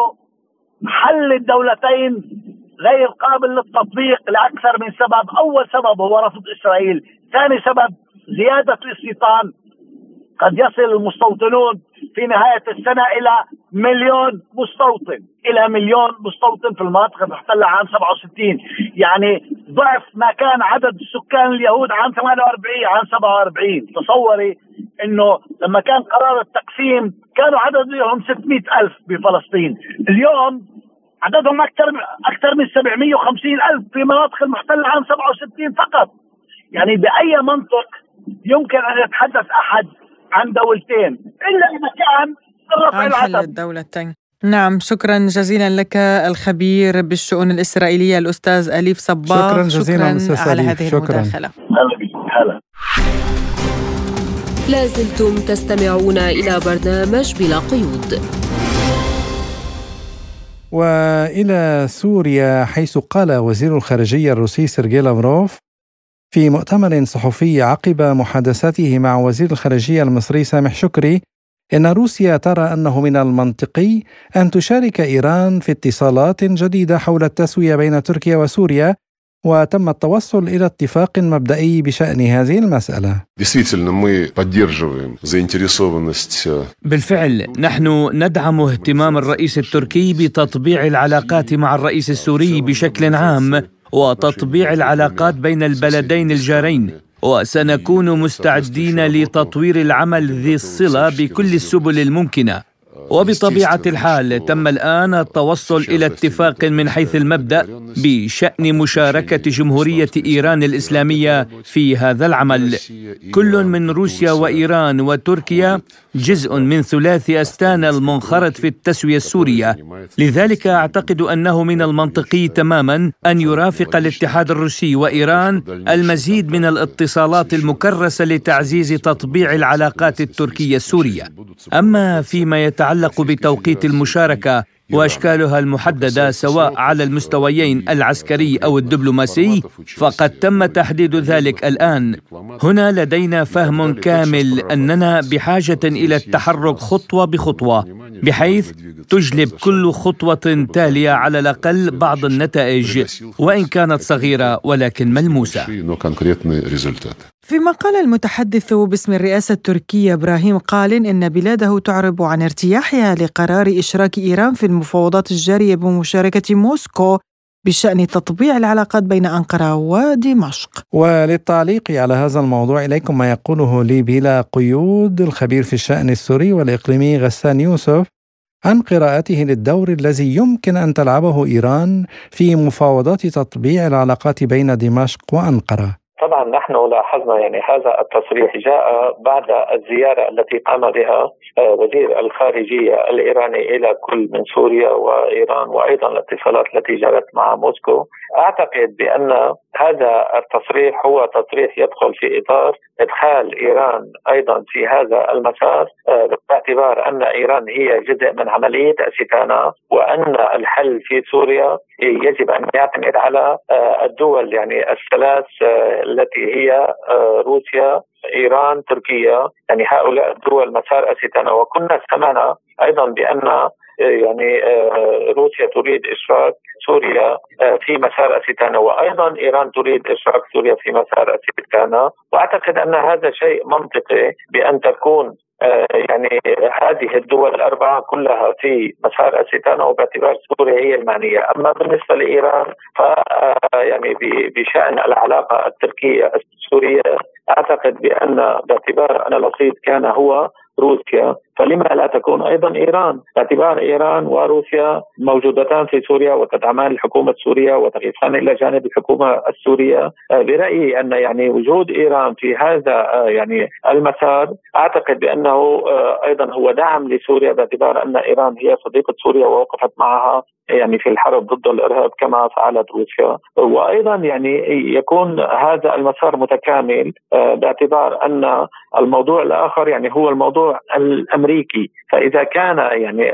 Speaker 8: حل الدولتين غير قابل للتطبيق لأكثر من سبب. أول سبب هو رفض إسرائيل، ثاني سبب زيادة الاستيطان. قد يصل المستوطنون في نهاية السنة إلى مليون مستوطن، إلى مليون مستوطن في المناطق المحتلة عام سبعة وستين، يعني ضعف ما كان عدد السكان اليهود عام ثمانية وأربعين عام سبعة وأربعين. تصوري إنه لما كان قرار التقسيم كانوا عددهم ستمائة ألف بفلسطين، اليوم عددهم أكثر أكثر من سبعمائة وخمسين ألف في مناطق المحتلة عام سبعة وستين فقط. يعني بأي منطق يمكن أن يتحدث أحد عن دولتين إلا إذا كان الرفع العتب
Speaker 3: حل الدولتين؟ نعم، شكرا جزيلا لك الخبير بالشؤون الإسرائيلية الأستاذ أليف صباغ.
Speaker 4: شكرا جزيلا
Speaker 3: شكرا على هذه
Speaker 4: شكرا.
Speaker 3: المداخلة.
Speaker 8: هلا.
Speaker 1: لازلتم تستمعون إلى برنامج بلا قيود.
Speaker 4: وإلى سوريا، حيث قال وزير الخارجية الروسي سيرجي لافروف في مؤتمر صحفي عقب محادثاته مع وزير الخارجية المصري سامح شكري إن روسيا ترى أنه من المنطقي أن تشارك إيران في اتصالات جديدة حول التسوية بين تركيا وسوريا، وتم التوصل إلى اتفاق مبدئي بشأن هذه المسألة.
Speaker 6: بالفعل نحن ندعم اهتمام الرئيس التركي بتطبيع العلاقات مع الرئيس السوري بشكل عام وتطبيع العلاقات بين البلدين الجارين، وسنكون مستعدين لتطوير العمل ذي الصلة بكل السبل الممكنة. وبطبيعة الحال تم الآن التوصل إلى اتفاق من حيث المبدأ بشأن مشاركة جمهورية إيران الإسلامية في هذا العمل. كل من روسيا وإيران وتركيا جزء من ثلاثي أستانا المنخرط في التسوية السورية، لذلك أعتقد أنه من المنطقي تماما أن يرافق الاتحاد الروسي وإيران المزيد من الاتصالات المكرسة لتعزيز تطبيع العلاقات التركية السورية. أما فيما يتعلق بتوقيت المشاركة وأشكالها المحددة سواء على المستويين العسكري أو الدبلوماسي، فقد تم تحديد ذلك الآن. هنا لدينا فهم كامل أننا بحاجة إلى التحرك خطوة بخطوة، بحيث تجلب كل خطوة تالية على الأقل بعض النتائج، وإن كانت صغيرة ولكن ملموسة.
Speaker 3: فيما قال المتحدث باسم الرئاسة التركية إبراهيم قالن إن بلاده تعرب عن ارتياحها لقرار إشراك إيران في المفاوضات الجارية بمشاركة موسكو بشأن تطبيع العلاقات بين أنقرة ودمشق.
Speaker 4: وللتعليق على هذا الموضوع إليكم ما يقوله لي بلا قيود الخبير في الشأن السوري والإقليمي غسان يوسف عن قراءته للدور الذي يمكن أن تلعبه إيران في مفاوضات تطبيع العلاقات بين دمشق وأنقرة.
Speaker 9: طبعا نحن لاحظنا يعني هذا التصريح جاء بعد الزيارة التي قام بها وزير الخارجية الإيراني إلى كل من سوريا وإيران، وأيضا الاتصالات التي جرت مع موسكو. أعتقد بأن هذا التصريح هو تصريح يدخل في إطار إدخال إيران أيضا في هذا المسار، باعتبار أن إيران هي جزء من عملية أستانا، وأن الحل في سوريا يجب أن يعتمد على الدول يعني الثلاث التي هي روسيا، إيران، تركيا، يعني هؤلاء الدول مسار أستانا. وكنا سمعنا أيضا بأن يعني روسيا تريد إشراك سوريا في مسار أستانا، وأيضا إيران تريد إشراك سوريا في مسار أستانا. وأعتقد أن هذا شيء منطقي بأن تكون يعني هذه الدول الأربعة كلها في مسار أستانا، وباعتبار سوريا هي المعنية. أما بالنسبة لإيران ف يعني بشأن العلاقة التركية السورية، أعتقد بأن باعتبار أن الوسيط كان هو روسيا، فلما لا تكون أيضا إيران، باعتبار إيران وروسيا موجودتان في سوريا وتدعمان الحكومة السورية وتقفان إلى جانب الحكومة السورية. برأيي أن يعني وجود إيران في هذا يعني المسار، أعتقد بأنه أيضا هو دعم لسوريا، باعتبار أن إيران هي صديقة سوريا ووقفت معها يعني في الحرب ضد الإرهاب كما فعلت روسيا. وأيضا يعني يكون هذا المسار متكامل، باعتبار أن الموضوع الآخر يعني هو الموضوع الأمريكي. فإذا كان يعني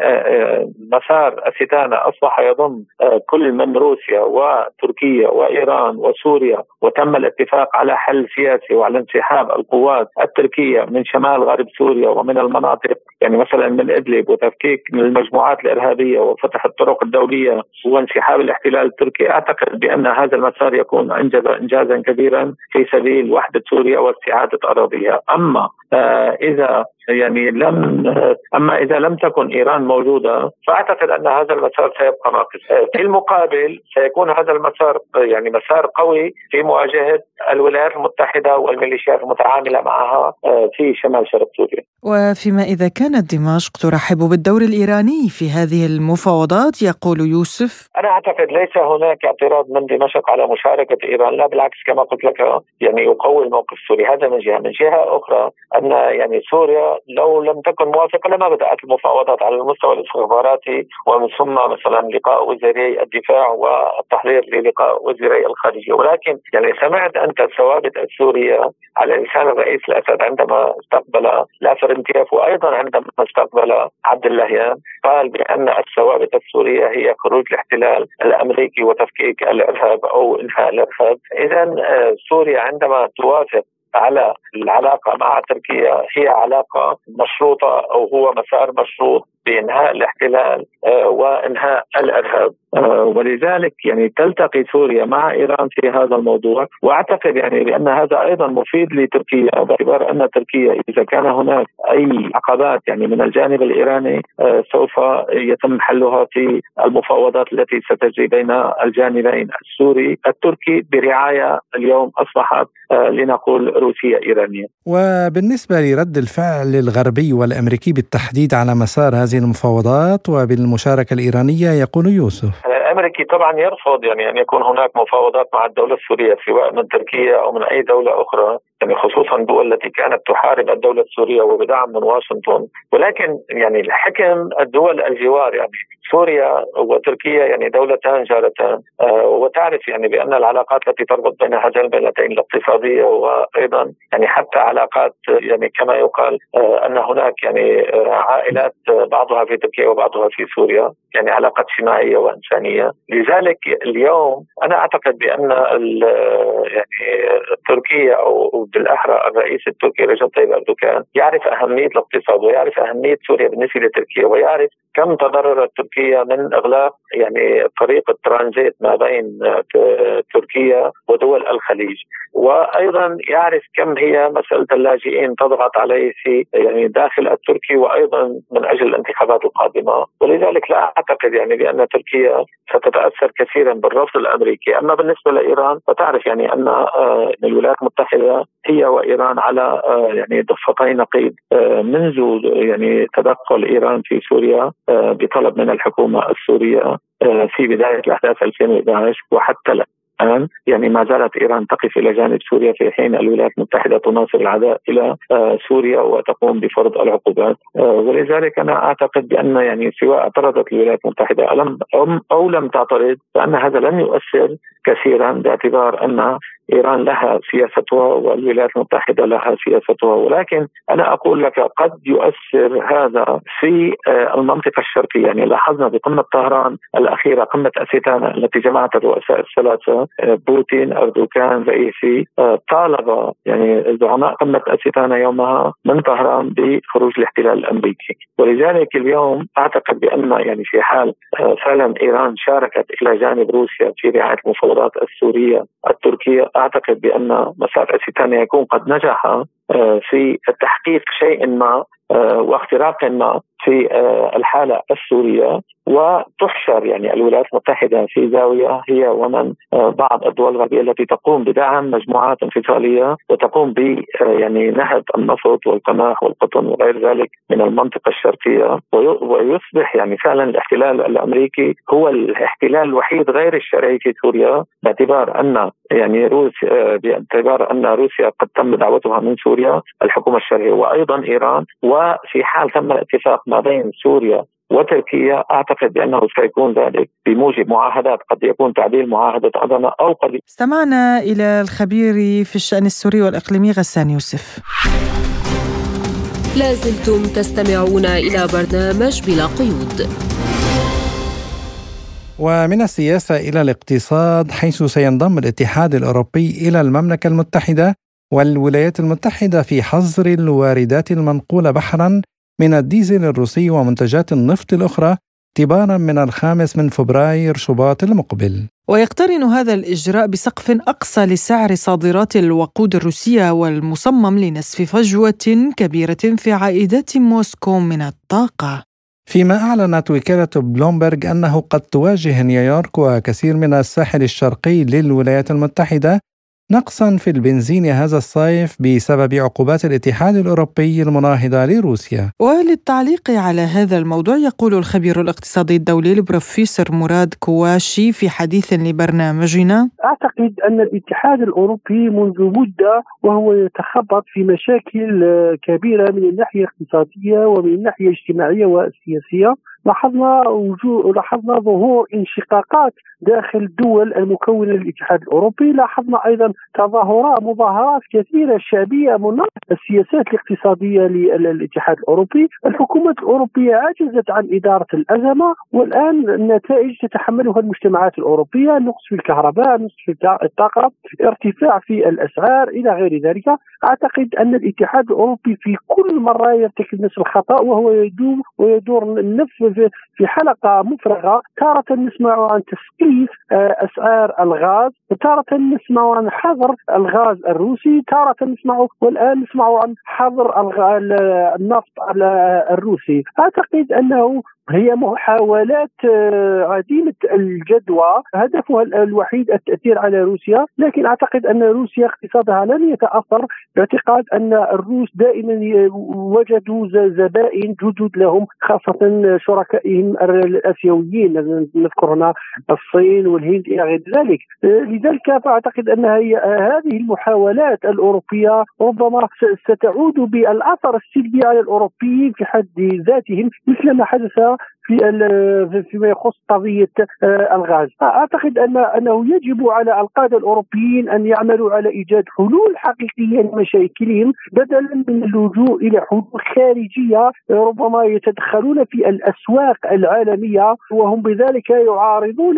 Speaker 9: مسار أستانا أصبح يضم كل من روسيا وتركيا وإيران وسوريا، وتم الاتفاق على حل سياسي وعلى انسحاب القوات التركية من شمال غرب سوريا ومن المناطق يعني مثلا من إدلب، وتفكيك من المجموعات الإرهابية وفتح الطرق الدولية وانسحاب الاحتلال التركي، أعتقد بأن هذا المسار يكون أنجز إنجازا كبيرا في سبيل وحدة سوريا واستعادة أراضيها. أما إذا يعني لم أما إذا لم تكن إيران موجودة، فأعتقد أن هذا المسار سيبقى ناقص. في المقابل سيكون هذا المسار يعني مسار قوي في مواجهة الولايات المتحدة والميليشيات المتعاملة معها في شمال شرق سوريا.
Speaker 3: وفيما إذا كانت دمشق ترحب بالدور الإيراني في هذه المفاوضات، يقول يوسف:
Speaker 9: أنا أعتقد ليس هناك اعتراض من دمشق على مشاركة إيران، لا بالعكس كما قلت لك يعني يقوي الموقف السوري. هذا من جهة. من جهة أخرى أن يعني سوريا لو لم تكن موافقة لما بدأت المفاوضات على المستوى الاستخباراتي، ومن ثم مثلا لقاء وزيري الدفاع والتحضير للقاء وزيري الخارجية. ولكن يعني سمعت أنت الثوابت السورية على لسان الرئيس الأسد عندما استقبل لافرنتييف، وأيضا عندما استقبل عبد اللهيان، قال بأن الثوابت السورية هي خروج الاحتلال الأمريكي وتفكيك الإرهاب أو إنهاء الإرهاب. إذن سوريا عندما توافق على العلاقة مع تركيا هي علاقة مشروطة، أو هو مسار مشروط بإنهاء الاحتلال وإنهاء الإرهاب. ولذلك يعني تلتقي سوريا مع إيران في هذا الموضوع. وأعتقد يعني بأن هذا أيضا مفيد لتركيا، باعتبار أن تركيا إذا كان هناك أي عقبات يعني من الجانب الإيراني سوف يتم حلها في المفاوضات التي ستجري بين الجانبين السوري التركي برعاية اليوم أصبحت لنقول روسية إيرانية.
Speaker 4: وبالنسبة لرد الفعل الغربي والأمريكي بالتحديد على مسار هذه المفاوضات وبالمشاركة الإيرانية، يقول يوسف:
Speaker 9: الأمريكي طبعا يرفض يعني أن يكون هناك مفاوضات مع الدولة السورية سواء من تركيا أو من أي دولة أخرى، يعني خصوصا الدول التي كانت تحارب الدولة السورية وبدعم من واشنطن. ولكن يعني الحكم الدول الجوار يعني سوريا وتركيا يعني دولتان جارتان، آه وتعرف يعني بأن العلاقات التي تربط بين هذين البلدين الاقتصادية وأيضا يعني حتى علاقات يعني كما يقال آه أن هناك يعني آه عائلات بعضها في تركيا وبعضها في سوريا، يعني علاقات اجتماعية وإنسانية. لذلك اليوم أنا أعتقد بأن يعني تركيا أو بالأحرى الرئيس التركي رجب طيب أردوغان يعرف أهمية الاقتصاد ويعرف أهمية سوريا بالنسبة لتركيا، ويعرف كم تضررت تركيا من إغلاق يعني طريق الترانزيت ما بين تركيا ودول الخليج، وأيضا يعرف كم هي مسألة اللاجئين تضغط عليه في يعني داخل التركي وأيضا من أجل الانتخابات القادمة. ولذلك لا أعتقد يعني بأن تركيا ستتأثر كثيرا بالرفض الأمريكي. أما بالنسبة لإيران فتعرف يعني أن الولايات المتحدة هي وإيران على يعني ضفتي نقيض منذ يعني تدخل إيران في سوريا بطلب من الحكومة السورية في بداية الأحداث ألفين وإحدى عشر وحتى الآن. الآن يعني ما زالت إيران تقف إلى جانب سوريا، في حين الولايات المتحدة تناصر العداء إلى سوريا وتقوم بفرض العقوبات. ولذلك أنا أعتقد بأن يعني سواء اعترضت الولايات المتحدة أو لم تعترض فأن هذا لن يؤثر كثيرا، باعتبار أن إيران لها سياستها والولايات المتحدة لها سياستها. ولكن أنا أقول لك قد يؤثر هذا في المنطقة الشرقية. يعني لاحظنا بقمة طهران الأخيرة، قمة أستانا التي جمعت الرؤساء الثلاثة بوتين أردوغان رئيسي، طالب يعني زعماء قمة أستانا يومها من طهران بخروج الاحتلال الأمريكي. ولذلك اليوم أعتقد بأن يعني في حال فعلا إيران شاركت إلى جانب روسيا في رعاية المفاوضات السورية التركية، أعتقد بأن مسار أستانا يكون قد نجح في تحقيق شيء ما واختراق ما في الحالة السورية، وتحشر يعني الولايات المتحدة في زاوية هي ومن بعض الدول الغربية التي تقوم بدعم مجموعات انفصالية وتقوم ب يعني نهب النفط والقمح والقطن وغير ذلك من المنطقة الشرقية، ويصبح يعني فعلا الاحتلال الأمريكي هو الاحتلال الوحيد غير الشرعي في سوريا، باعتبار أن يعني روسيا باعتبار أن روسيا قد تم دعوتها من سوريا الحكومة الشرعية وأيضا إيران. وفي حال تم الاتفاق ما بين سوريا وتركيا أعتقد بأنه سيكون ذلك بموجب معاهدات، قد يكون تعديل معاهدة أدنا أو قد.
Speaker 3: استمعنا إلى الخبير في الشأن السوري والإقليمي غسان يوسف.
Speaker 1: لازلتم تستمعون إلى برنامج بلا قيود.
Speaker 4: ومن السياسة إلى الاقتصاد، حيث سينضم الاتحاد الأوروبي إلى المملكة المتحدة والولايات المتحدة في حظر الواردات المنقولة بحرا من الديزل الروسي ومنتجات النفط الأخرى اعتبارا من الخامس من فبراير شباط المقبل.
Speaker 3: ويقترن هذا الإجراء بسقف أقصى لسعر صادرات الوقود الروسية، والمصمم لنسف فجوة كبيرة في عائدات موسكو من الطاقة.
Speaker 4: فيما أعلنت وكالة بلومبرغ أنه قد تواجه نيويورك وكثير من الساحل الشرقي للولايات المتحدة نقصاً في البنزين هذا الصيف بسبب عقوبات الاتحاد الأوروبي المناهضة لروسيا.
Speaker 3: وللتعليق على هذا الموضوع يقول الخبير الاقتصادي الدولي البروفيسور مراد كواشي في حديث لبرنامجنا:
Speaker 10: أعتقد أن الاتحاد الأوروبي منذ مدة وهو يتخبط في مشاكل كبيرة من الناحية الاقتصادية ومن الناحية الاجتماعية والسياسية. لاحظنا وجود لاحظنا ظهور انشقاقات داخل الدول المكونة للاتحاد الأوروبي. لاحظنا أيضا تظاهرات مظاهرات كثيرة شعبية مناهضة السياسات الاقتصادية للاتحاد الأوروبي. الحكومات الأوروبية عجزت عن إدارة الأزمة، والآن النتائج تتحملها المجتمعات الأوروبية: نقص في الكهرباء، نقص في الطاقة، ارتفاع في الأسعار إلى غير ذلك. أعتقد أن الاتحاد الأوروبي في كل مرة يرتكب نفس الخطأ، وهو يدور ويدور النفس في حلقة مفرغة. تارة نسمع عن تسقيف أسعار الغاز، وتارة نسمع عن حظر الغاز الروسي، تارة نسمع والآن نسمع عن حظر النفط الروسي. أعتقد أنه هي محاولات عديمة الجدوى، هدفها الوحيد التأثير على روسيا. لكن أعتقد أن روسيا اقتصادها لن يتأثر، باعتقاد أن الروس دائما وجدوا زبائن جدد لهم، خاصة شركائهم الآسيويين، نذكر هنا الصين والهند إلى غير ذلك. لذلك فأعتقد أن هذه المحاولات الأوروبية ربما ستعود بالأثر السلبي على الأوروبيين في حد ذاتهم، مثل ما حدث في فيما يخص قضية الغاز. أعتقد أن أنه يجب على القادة الأوروبيين أن يعملوا على إيجاد حلول حقيقية لمشاكلهم، بدلا من اللجوء إلى حلول خارجية ربما يتدخلون في الأسواق العالمية، وهم بذلك يعارضون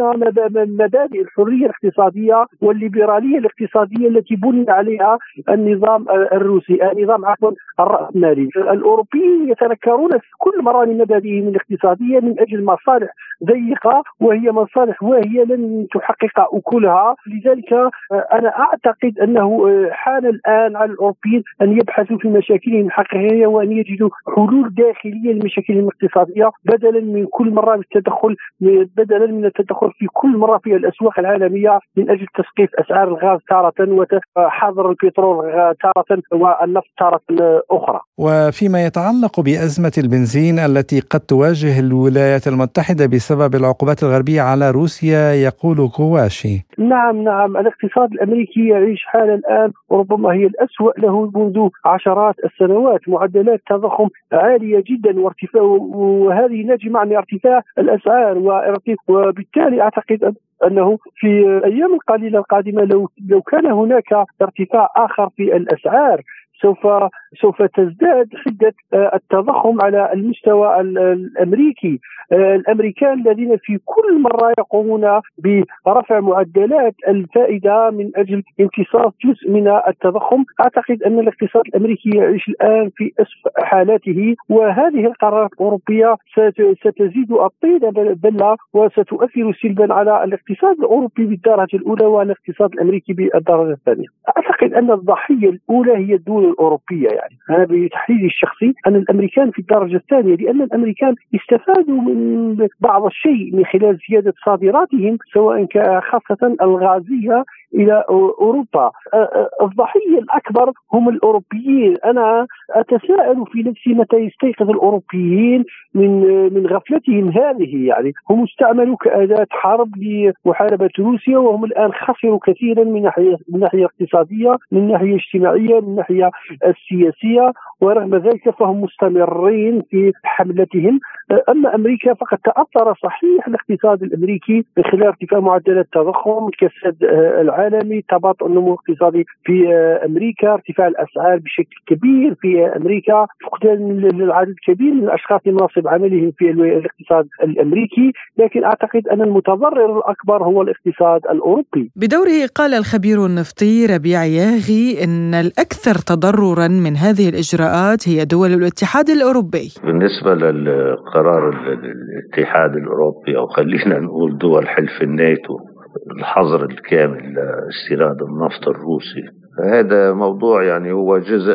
Speaker 10: مبادئ الحرية الاقتصادية والليبرالية الاقتصادية التي بني عليها النظام الروسي، النظام عفوا الرأسمالي. الأوروبيين يتنكرون في كل مرة من مبادئهم الاقتصادية من أجل مصالح ضيقة، وهي مصالح واهية لن تحقق أكلها. لذلك أنا أعتقد أنه حان الآن على الأوروبيين أن يبحثوا في مشاكلهم الحقيقية وأن يجدوا حلول داخلية لمشاكلهم الاقتصادية، بدلا من كل مرة بالتدخل بدلا من التدخل في كل مرة في الأسواق العالمية من أجل تسقيف أسعار الغاز تارة وحظر البترول تارة والنفط تارة أخرى.
Speaker 4: وفيما يتعلق بأزمة البنزين التي قد تواجه الولايات المتحدة بسبب العقوبات الغربية على روسيا، يقول كواشي.
Speaker 10: نعم نعم الاقتصاد الأمريكي يعيش حالة الآن وربما هي الأسوأ له منذ عشرات السنوات. معدلات تضخم عالية جدا وارتفاع، وهذه ناجمة عن ارتفاع الأسعار، وبالتالي أعتقد أنه في الأيام القليلة القادمة لو لو كان هناك ارتفاع آخر في الأسعار سوف سوف تزداد حدة التضخم على المستوى الأمريكي. الأمريكان الذين في كل مرة يقومون برفع معدلات الفائدة من أجل امتصاص جزء من التضخم، أعتقد أن الاقتصاد الأمريكي يعيش الآن في أسوأ حالاته، وهذه القرارات الأوروبية ستزيد الطين بلة وستؤثر سلبا على الاقتصاد الأوروبي بالدرجة الأولى والاقتصاد الأمريكي بالدرجة الثانية. أعتقد أن الضحية الأولى هي الدول الأوروبية، يعني أنا بتحليلي الشخصي أن الأمريكان في الدرجة الثانية، لأن الأمريكان استفادوا من بعض الشيء من خلال زيادة صادراتهم سواء خاصة الغازية إلى أوروبا. الضحية الأكبر هم الأوروبيين. أنا أتساءل في نفسي متى يستيقظ الأوروبيين من من غفلتهم هذه، يعني هم استعملوا كأداة حرب لمحاربة روسيا، وهم الآن خسروا كثيرا من ناحية من ناحية اقتصادية، من ناحية اجتماعية، من ناحية السياسية، ورغم ذلك فهم مستمرين في حملتهم. أما أمريكا فقد تأثر صحيح الاقتصاد الأمريكي من خلال ارتفاع معدلات التضخم، الكساد العالمي، تباطؤ النمو الاقتصادي في أمريكا، ارتفاع الأسعار بشكل كبير في أمريكا، فقدان العدد الكبير من الأشخاص مناصب عملهم في الاقتصاد الأمريكي. لكن أعتقد أن المتضرر الأكبر هو الاقتصاد الأوروبي.
Speaker 3: بدوره قال الخبير النفطي ربيع ياغي أن الأكثر تضررا من هذه الإجراءات هي دول الاتحاد الأوروبي.
Speaker 11: بالنسبة للقرار الاتحاد الأوروبي، أو خلينا نقول دول حلف الناتو، الحظر الكامل لاستيراد النفط الروسي، هذا موضوع يعني هو جزء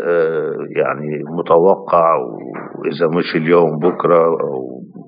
Speaker 11: يعني متوقع، وإذا مش اليوم بكرة أو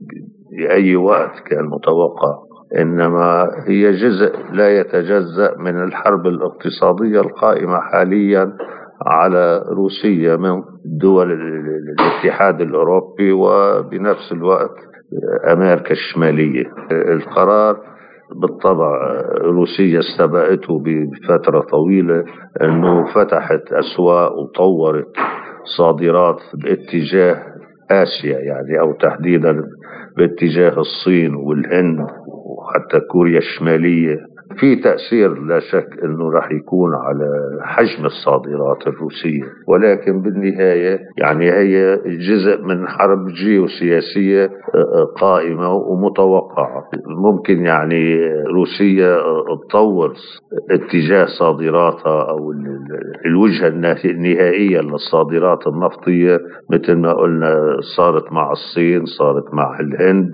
Speaker 11: بأي وقت كان متوقع، إنما هي جزء لا يتجزأ من الحرب الاقتصادية القائمة حاليا على روسيا من دول الاتحاد الأوروبي وبنفس الوقت أمريكا الشمالية. القرار بالطبع روسيا استبقته بفترة طويلة، أنه فتحت أسواق وطورت صادرات باتجاه آسيا، يعني أو تحديدا باتجاه الصين والهند وحتى كوريا الشمالية. في تأثير لا شك أنه راح يكون على حجم الصادرات الروسية، ولكن بالنهاية يعني هي جزء من حرب جيوسياسية قائمة ومتوقعة. ممكن يعني روسيا تطور اتجاه صادراتها أو الوجهة النهائية للصادرات النفطية، مثل ما قلنا صارت مع الصين، صارت مع الهند،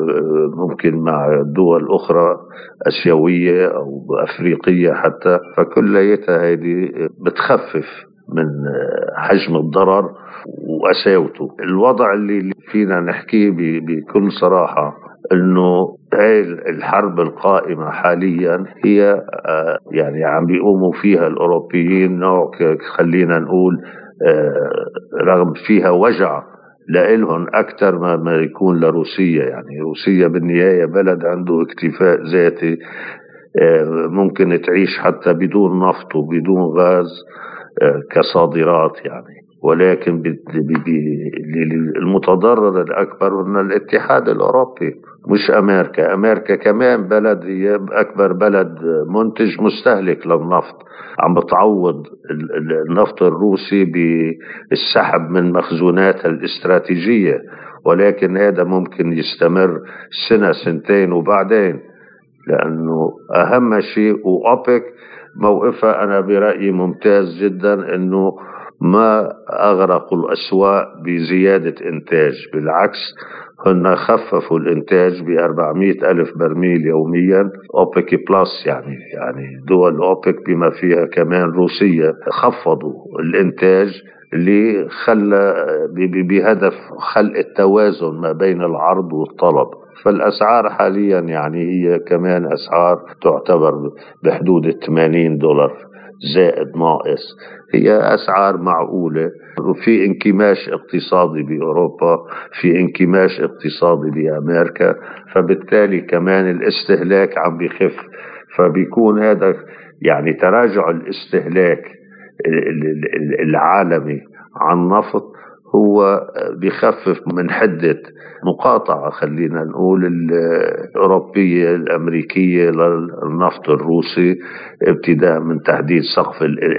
Speaker 11: ممكن مع دول أخرى آسيوية أو أفريقية حتى. فكليتها هذه بتخفف من حجم الضرر وأساوته. الوضع اللي فينا نحكيه بكل صراحة إنه هاي الحرب القائمة حاليا هي يعني عم بيقوموا فيها الأوروبيين نوع خلينا نقول رغم فيها وجع لإلهم أكثر ما, ما يكون لروسيا. يعني روسيا بالنهاية بلد عنده اكتفاء ذاتي، ممكن تعيش حتى بدون نفط وبدون غاز كصادرات يعني، ولكن المتضرر الأكبر هو الاتحاد الأوروبي مش أمريكا. أمريكا كمان بلد هي أكبر بلد منتج مستهلك للنفط، عم بتعوض النفط الروسي بالسحب من مخزوناتها الاستراتيجية، ولكن هذا ممكن يستمر سنة سنتين وبعدين، لأنه أهم شيء وأوبك موقفها أنا برأيي ممتاز جدا، أنه ما أغرقوا الأسواق بزيادة إنتاج، بالعكس هن خففوا الإنتاج بأربعمائة ألف برميل يوميا. أوبك بلس يعني يعني دول أوبك بما فيها كمان روسيا خفضوا الإنتاج اللي خلى بهدف خلق التوازن ما بين العرض والطلب. فالأسعار حاليا يعني هي كمان أسعار تعتبر بحدود ثمانين دولار زائد ناقص، هي أسعار معقولة، وفي انكماش اقتصادي بأوروبا، في انكماش اقتصادي بأمريكا، فبالتالي كمان الاستهلاك عم بيخف، فبيكون هذا يعني تراجع الاستهلاك العالمي عن نفط هو بيخفف من حدة مقاطعة خلينا نقول الأوروبية الأمريكية للنفط الروسي ابتداء من تحديد سقف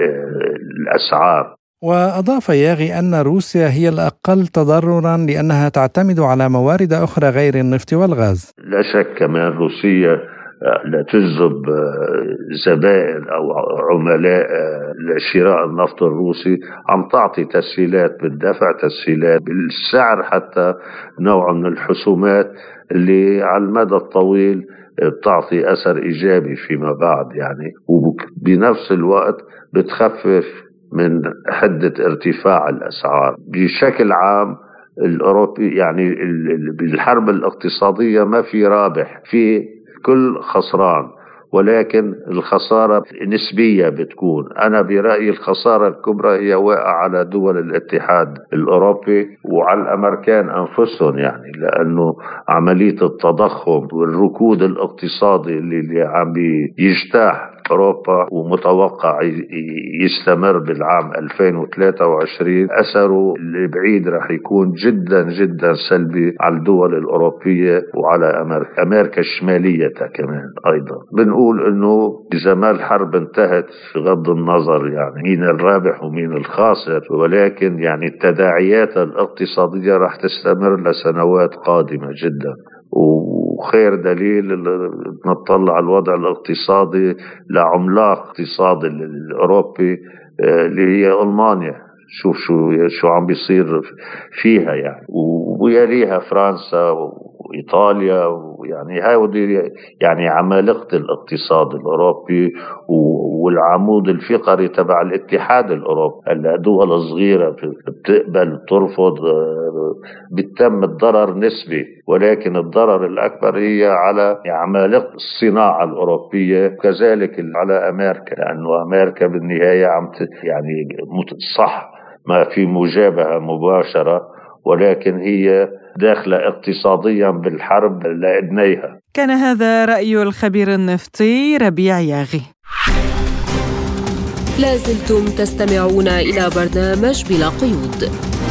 Speaker 11: الأسعار.
Speaker 4: وأضاف ياغي أن روسيا هي الأقل تضرراً لأنها تعتمد على موارد أخرى غير النفط والغاز.
Speaker 11: لا شك كمان روسيا لا تجذب زبائن أو عملاء لشراء النفط الروسي، عم تعطي تسهيلات بالدفع، تسهيلات بالسعر، حتى نوع من الحسومات اللي على المدى الطويل بتعطي أثر إيجابي فيما بعد يعني، وبنفس الوقت بتخفف من حدة ارتفاع الأسعار. بشكل عام الأوروبي يعني بالحرب الاقتصادية ما في رابح، في كل خسران، ولكن الخسارة نسبية بتكون. أنا برأيي الخسارة الكبرى هي واقعة على دول الاتحاد الأوروبي وعلى الأمريكان أنفسهم يعني، لأنه عملية التضخم والركود الاقتصادي اللي, اللي عم يجتاح أوروبا ومتوقع يستمر بالعام ألفين وثلاثة وعشرين، أثره البعيد رح يكون جدا جدا سلبي على الدول الأوروبية وعلى أمريكا, أمريكا الشمالية كمان. أيضا بنقول أنه إذا ما الحرب انتهت في غض النظر يعني مين الرابح ومين الخاسر، ولكن يعني التداعيات الاقتصادية رح تستمر لسنوات قادمة جدا. وخير دليل نطلع على الوضع الاقتصادي لعملاق اقتصادي الأوروبي اللي هي ألمانيا، شوف شو شو عم بيصير فيها يعني، ويليها فرنسا وإيطاليا، ويعني هاي يعني عمالقة الاقتصاد الأوروبي والعمود الفقري تبع الاتحاد الأوروبي. هلا دول صغيرة بتقبل ترفض، بتم الضرر نسبي، ولكن الضرر الأكبر هي على عمالقة الصناعة الأوروبية، وكذلك على أمريكا، لأنه أمريكا بالنهاية عم يعني صح ما في مجابهة مباشرة، ولكن هي داخلة اقتصاديا بالحرب لأدنيها.
Speaker 3: كان هذا رأي الخبير النفطي ربيع ياغي.
Speaker 1: لازلتم تستمعون إلى برنامج بلا قيود.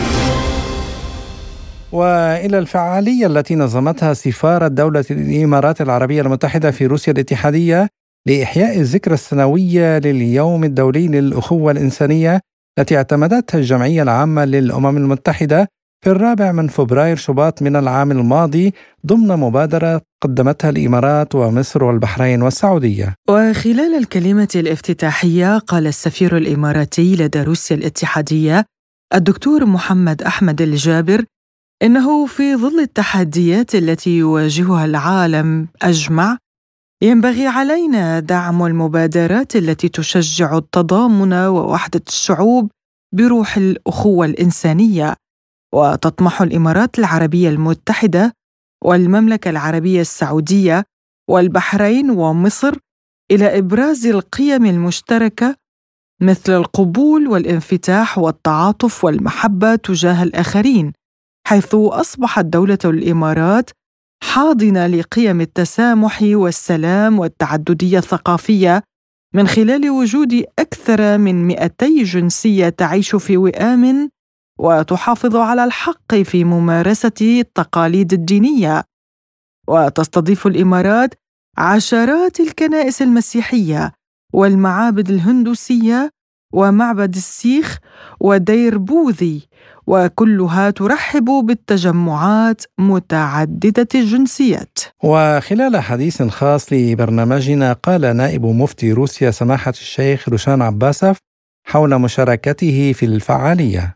Speaker 4: وإلى الفعالية التي نظمتها سفارة دولة الإمارات العربية المتحدة في روسيا الاتحادية لإحياء الذكرى السنوية لليوم الدولي للأخوة الإنسانية التي اعتمدتها الجمعية العامة للأمم المتحدة في الرابع من فبراير شباط من العام الماضي ضمن مبادرة قدمتها الإمارات ومصر والبحرين والسعودية.
Speaker 3: وخلال الكلمة الافتتاحية قال السفير الإماراتي لدى روسيا الاتحادية الدكتور محمد أحمد الجابر إنه في ظل التحديات التي يواجهها العالم أجمع ينبغي علينا دعم المبادرات التي تشجع التضامن ووحدة الشعوب بروح الأخوة الإنسانية. وتطمح الإمارات العربية المتحدة والمملكة العربية السعودية والبحرين ومصر إلى إبراز القيم المشتركة مثل القبول والانفتاح والتعاطف والمحبة تجاه الآخرين، حيث أصبحت دولة الإمارات حاضنة لقيم التسامح والسلام والتعددية الثقافية من خلال وجود أكثر من مئتي جنسية تعيش في وئام وتحافظ على الحق في ممارسة التقاليد الدينية. وتستضيف الإمارات عشرات الكنائس المسيحية والمعابد الهندوسية ومعبد السيخ ودير بوذي، وكلها ترحب بالتجمعات متعددة الجنسيات.
Speaker 4: وخلال حديث خاص لبرنامجنا قال نائب مفتي روسيا سماحة الشيخ روشان عباسف حول مشاركته في الفعالية: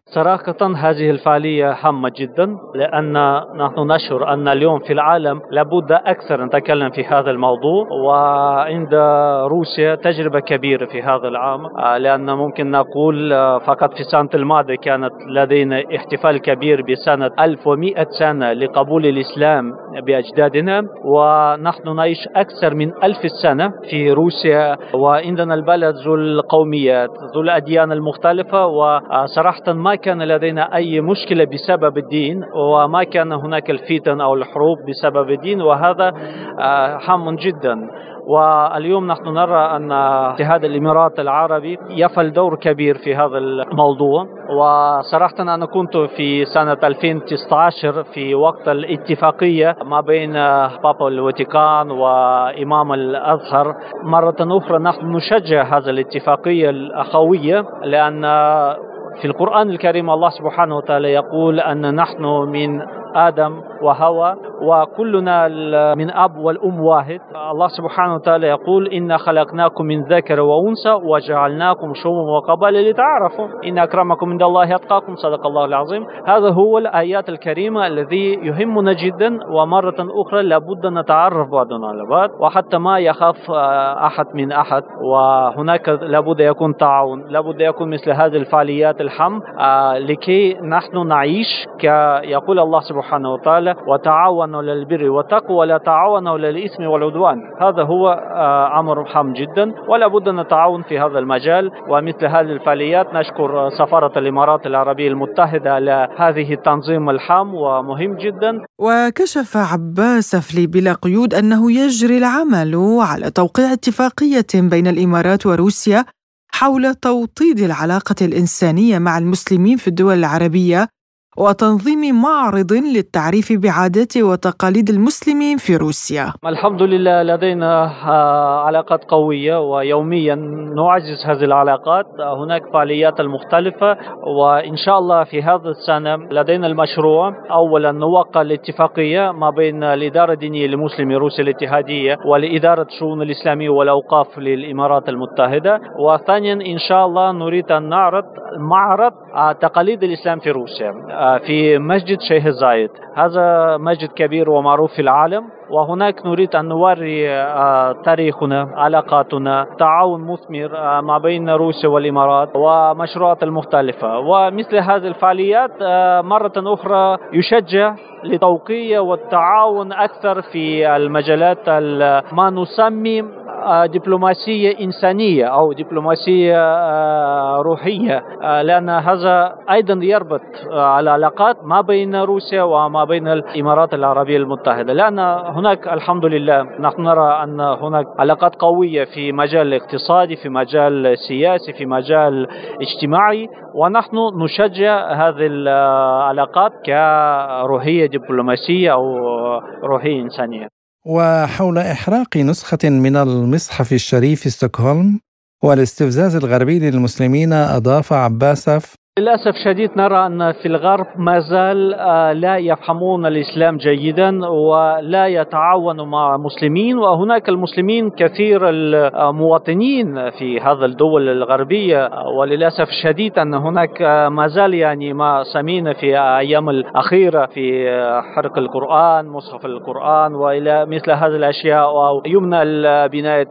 Speaker 12: صراحة هذه الفعالية هامة جدا، لأن نحن نشعر أن اليوم في العالم لابد أكثر نتكلم في هذا الموضوع. وعند روسيا تجربة كبيرة في هذا العام، لأن ممكن نقول فقط في السنة الماضية كانت لدينا احتفال كبير بسنة ألف ومئة سنة لقبول الإسلام بأجدادنا، ونحن نعيش أكثر من ألف سنة في روسيا، وعندنا البلد ذو القوميات ذو الأديان المختلفة، وصراحة ما كان لدينا أي مشكلة بسبب الدين، وما كان هناك الفتن أو الحروب بسبب الدين، وهذا هام جدا. واليوم نحن نرى أن اتحاد الإمارات العربي يفعل دور كبير في هذا الموضوع. وصراحة أنا كنت في سنة ألفين وتسعة عشر في وقت الاتفاقية ما بين بابا الفاتيكان وإمام الأزهر. مرة أخرى نحن نشجع هذه الاتفاقية الأخوية، لأن في القرآن الكريم الله سبحانه وتعالى يقول أن نحن من آدم وهوى وكلنا من أب والأم واحد. الله سبحانه وتعالى يقول إنا خلقناكم من ذكر وأنثى وجعلناكم شعوبا وقبائل لتعارفوا إن أكرمكم عند الله أتقاكم. صدق الله العظيم. هذا هو الآيات الكريمة الذي يهمنا جدا، ومرة أخرى لابد أن نتعرف بعضنا على بعض، وحتى ما يخاف أحد من أحد، وهناك لابد يكون تعاون، لابد يكون مثل هذه الفعاليات الحم لكي نحن نعيش كيقول الله سبحانه وتعالى وتعاونوا للبر والتقوى ولا تعاونوا للإثم والعدوان. هذا هو أمر هام جدا، ولا بد أن نتعاون في هذا المجال. ومثل هذه الفعاليات نشكر سفارة الإمارات العربية المتحدة على هذه التنظيم الهام ومهم جدا.
Speaker 3: وكشف عباس أفلي بلا قيود أنه يجري العمل على توقيع اتفاقية بين الإمارات وروسيا حول توطيد العلاقة الإنسانية مع المسلمين في الدول العربية، وتنظيم معرض للتعريف بعادات وتقاليد المسلمين في روسيا.
Speaker 12: الحمد لله لدينا علاقات قوية، ويوميا نعزز هذه العلاقات. هناك فعاليات المختلفة، وإن شاء الله في هذا السنة لدينا المشروع أولا نوقع الاتفاقية ما بين الإدارة الدينية لمسلمي روسيا الاتحادية والإدارة الشؤون الإسلامية والأوقاف للإمارات المتحدة. وثانيا إن شاء الله نريد أن نعرض معرض تقاليد الإسلام في روسيا في مسجد شيخ زايد. هذا مسجد كبير ومعروف في العالم، وهناك نريد أن نوري تاريخنا، علاقاتنا، تعاون مثمر ما بين روسيا والإمارات ومشروعات المختلفة. ومثل هذه الفعاليات مرة أخرى يشجع لتوقيع والتعاون أكثر في المجالات ما نسمي دبلوماسية إنسانية أو دبلوماسية روحية، لأن هذا أيضا يربط على علاقات ما بين روسيا وما بين الإمارات العربية المتحدة، لأن هناك الحمد لله نحن نرى أن هناك علاقات قوية في مجال الاقتصادي، في مجال السياسي، في مجال اجتماعي، ونحن نشجع هذه العلاقات كروحية دبلوماسية أو روحية إنسانية.
Speaker 4: وحول إحراق نسخة من المصحف الشريف في ستوكهولم والاستفزاز الغربي للمسلمين، أضاف عباسف:
Speaker 12: للأسف شديد نرى أن في الغرب ما زال لا يفهمون الإسلام جيدا ولا يتعاونوا مع المسلمين، وهناك المسلمين كثير المواطنين في هذا الدول الغربية، وللأسف الشديد أن هناك ما زال يعني ما سمينا في أيام الأخيرة في حرق القرآن، مصحف القرآن وإلى مثل هذه الأشياء، ويمنع بناية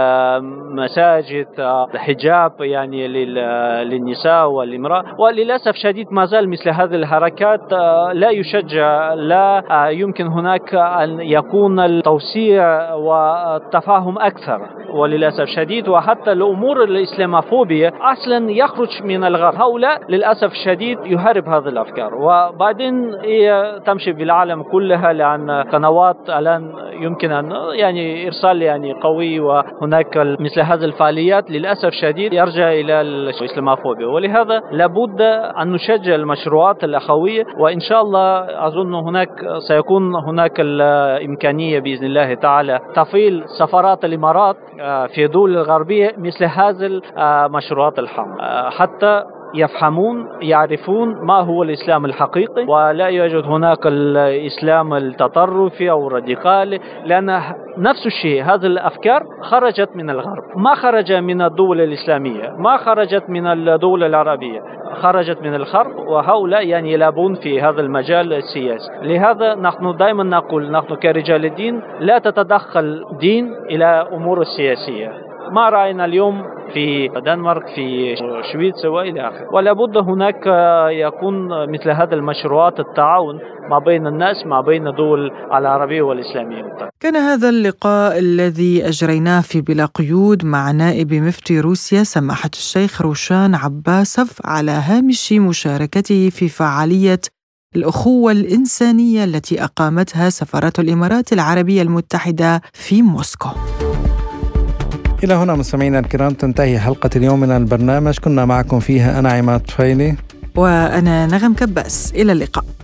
Speaker 12: المساجد، الحجاب يعني للنساء والامرأة. وللأسف شديد ما زال مثل هذه الحركات لا يشجع، لا يمكن هناك أن يكون التوسيع والتفاهم أكثر، وللأسف شديد. وحتى الأمور الإسلاموفوبية أصلا يخرج من الغرب، هؤلاء للأسف شديد يحارب هذه الأفكار، وبعدين هي تمشي بالعالم كلها، لأن قنوات الآن يمكن أن يعني إرسال يعني قوي، وهناك مثل هذه الفعاليات للأسف شديد يرجع إلى الإسلاموفوبيا. ولهذا لابد أن نشجع المشروعات الأخوية، وإن شاء الله أظن هناك سيكون هناك الإمكانية بإذن الله تعالى تفعيل سفارات الإمارات في الدول الغربية مثل هذه المشروعات الحمراء، حتى يفهمون يعرفون ما هو الإسلام الحقيقي، ولا يوجد هناك الإسلام التطرفي أو الراديكالي، لأن نفس الشيء هذه الأفكار خرجت من الغرب، ما خرج من الدول الإسلامية، ما خرجت من الدول العربية، خرجت من الغرب، وهؤلاء يعني يلعبون في هذا المجال السياسي. لهذا نحن دائما نقول نحن كرجال الدين لا تتدخل دين إلى أمور السياسية. ما رأينا اليوم في دنمارك في سويسرا وإلى آخره، ولا بد هناك يكون مثل هذا المشروعات التعاون ما بين الناس ما بين الدول العربية والإسلامية.
Speaker 3: كان هذا اللقاء الذي أجريناه في بلا قيود مع نائب مفتي روسيا سماحة الشيخ روشان عباسف على هامش مشاركته في فعالية الأخوة الإنسانية التي أقامتها سفارة الإمارات العربية المتحدة في موسكو.
Speaker 4: إلى هنا مستمعينا الكرام تنتهي حلقة اليوم من البرنامج، كنا معكم فيها أنا عماد طفيلي
Speaker 3: وأنا نغم كباس. إلى اللقاء.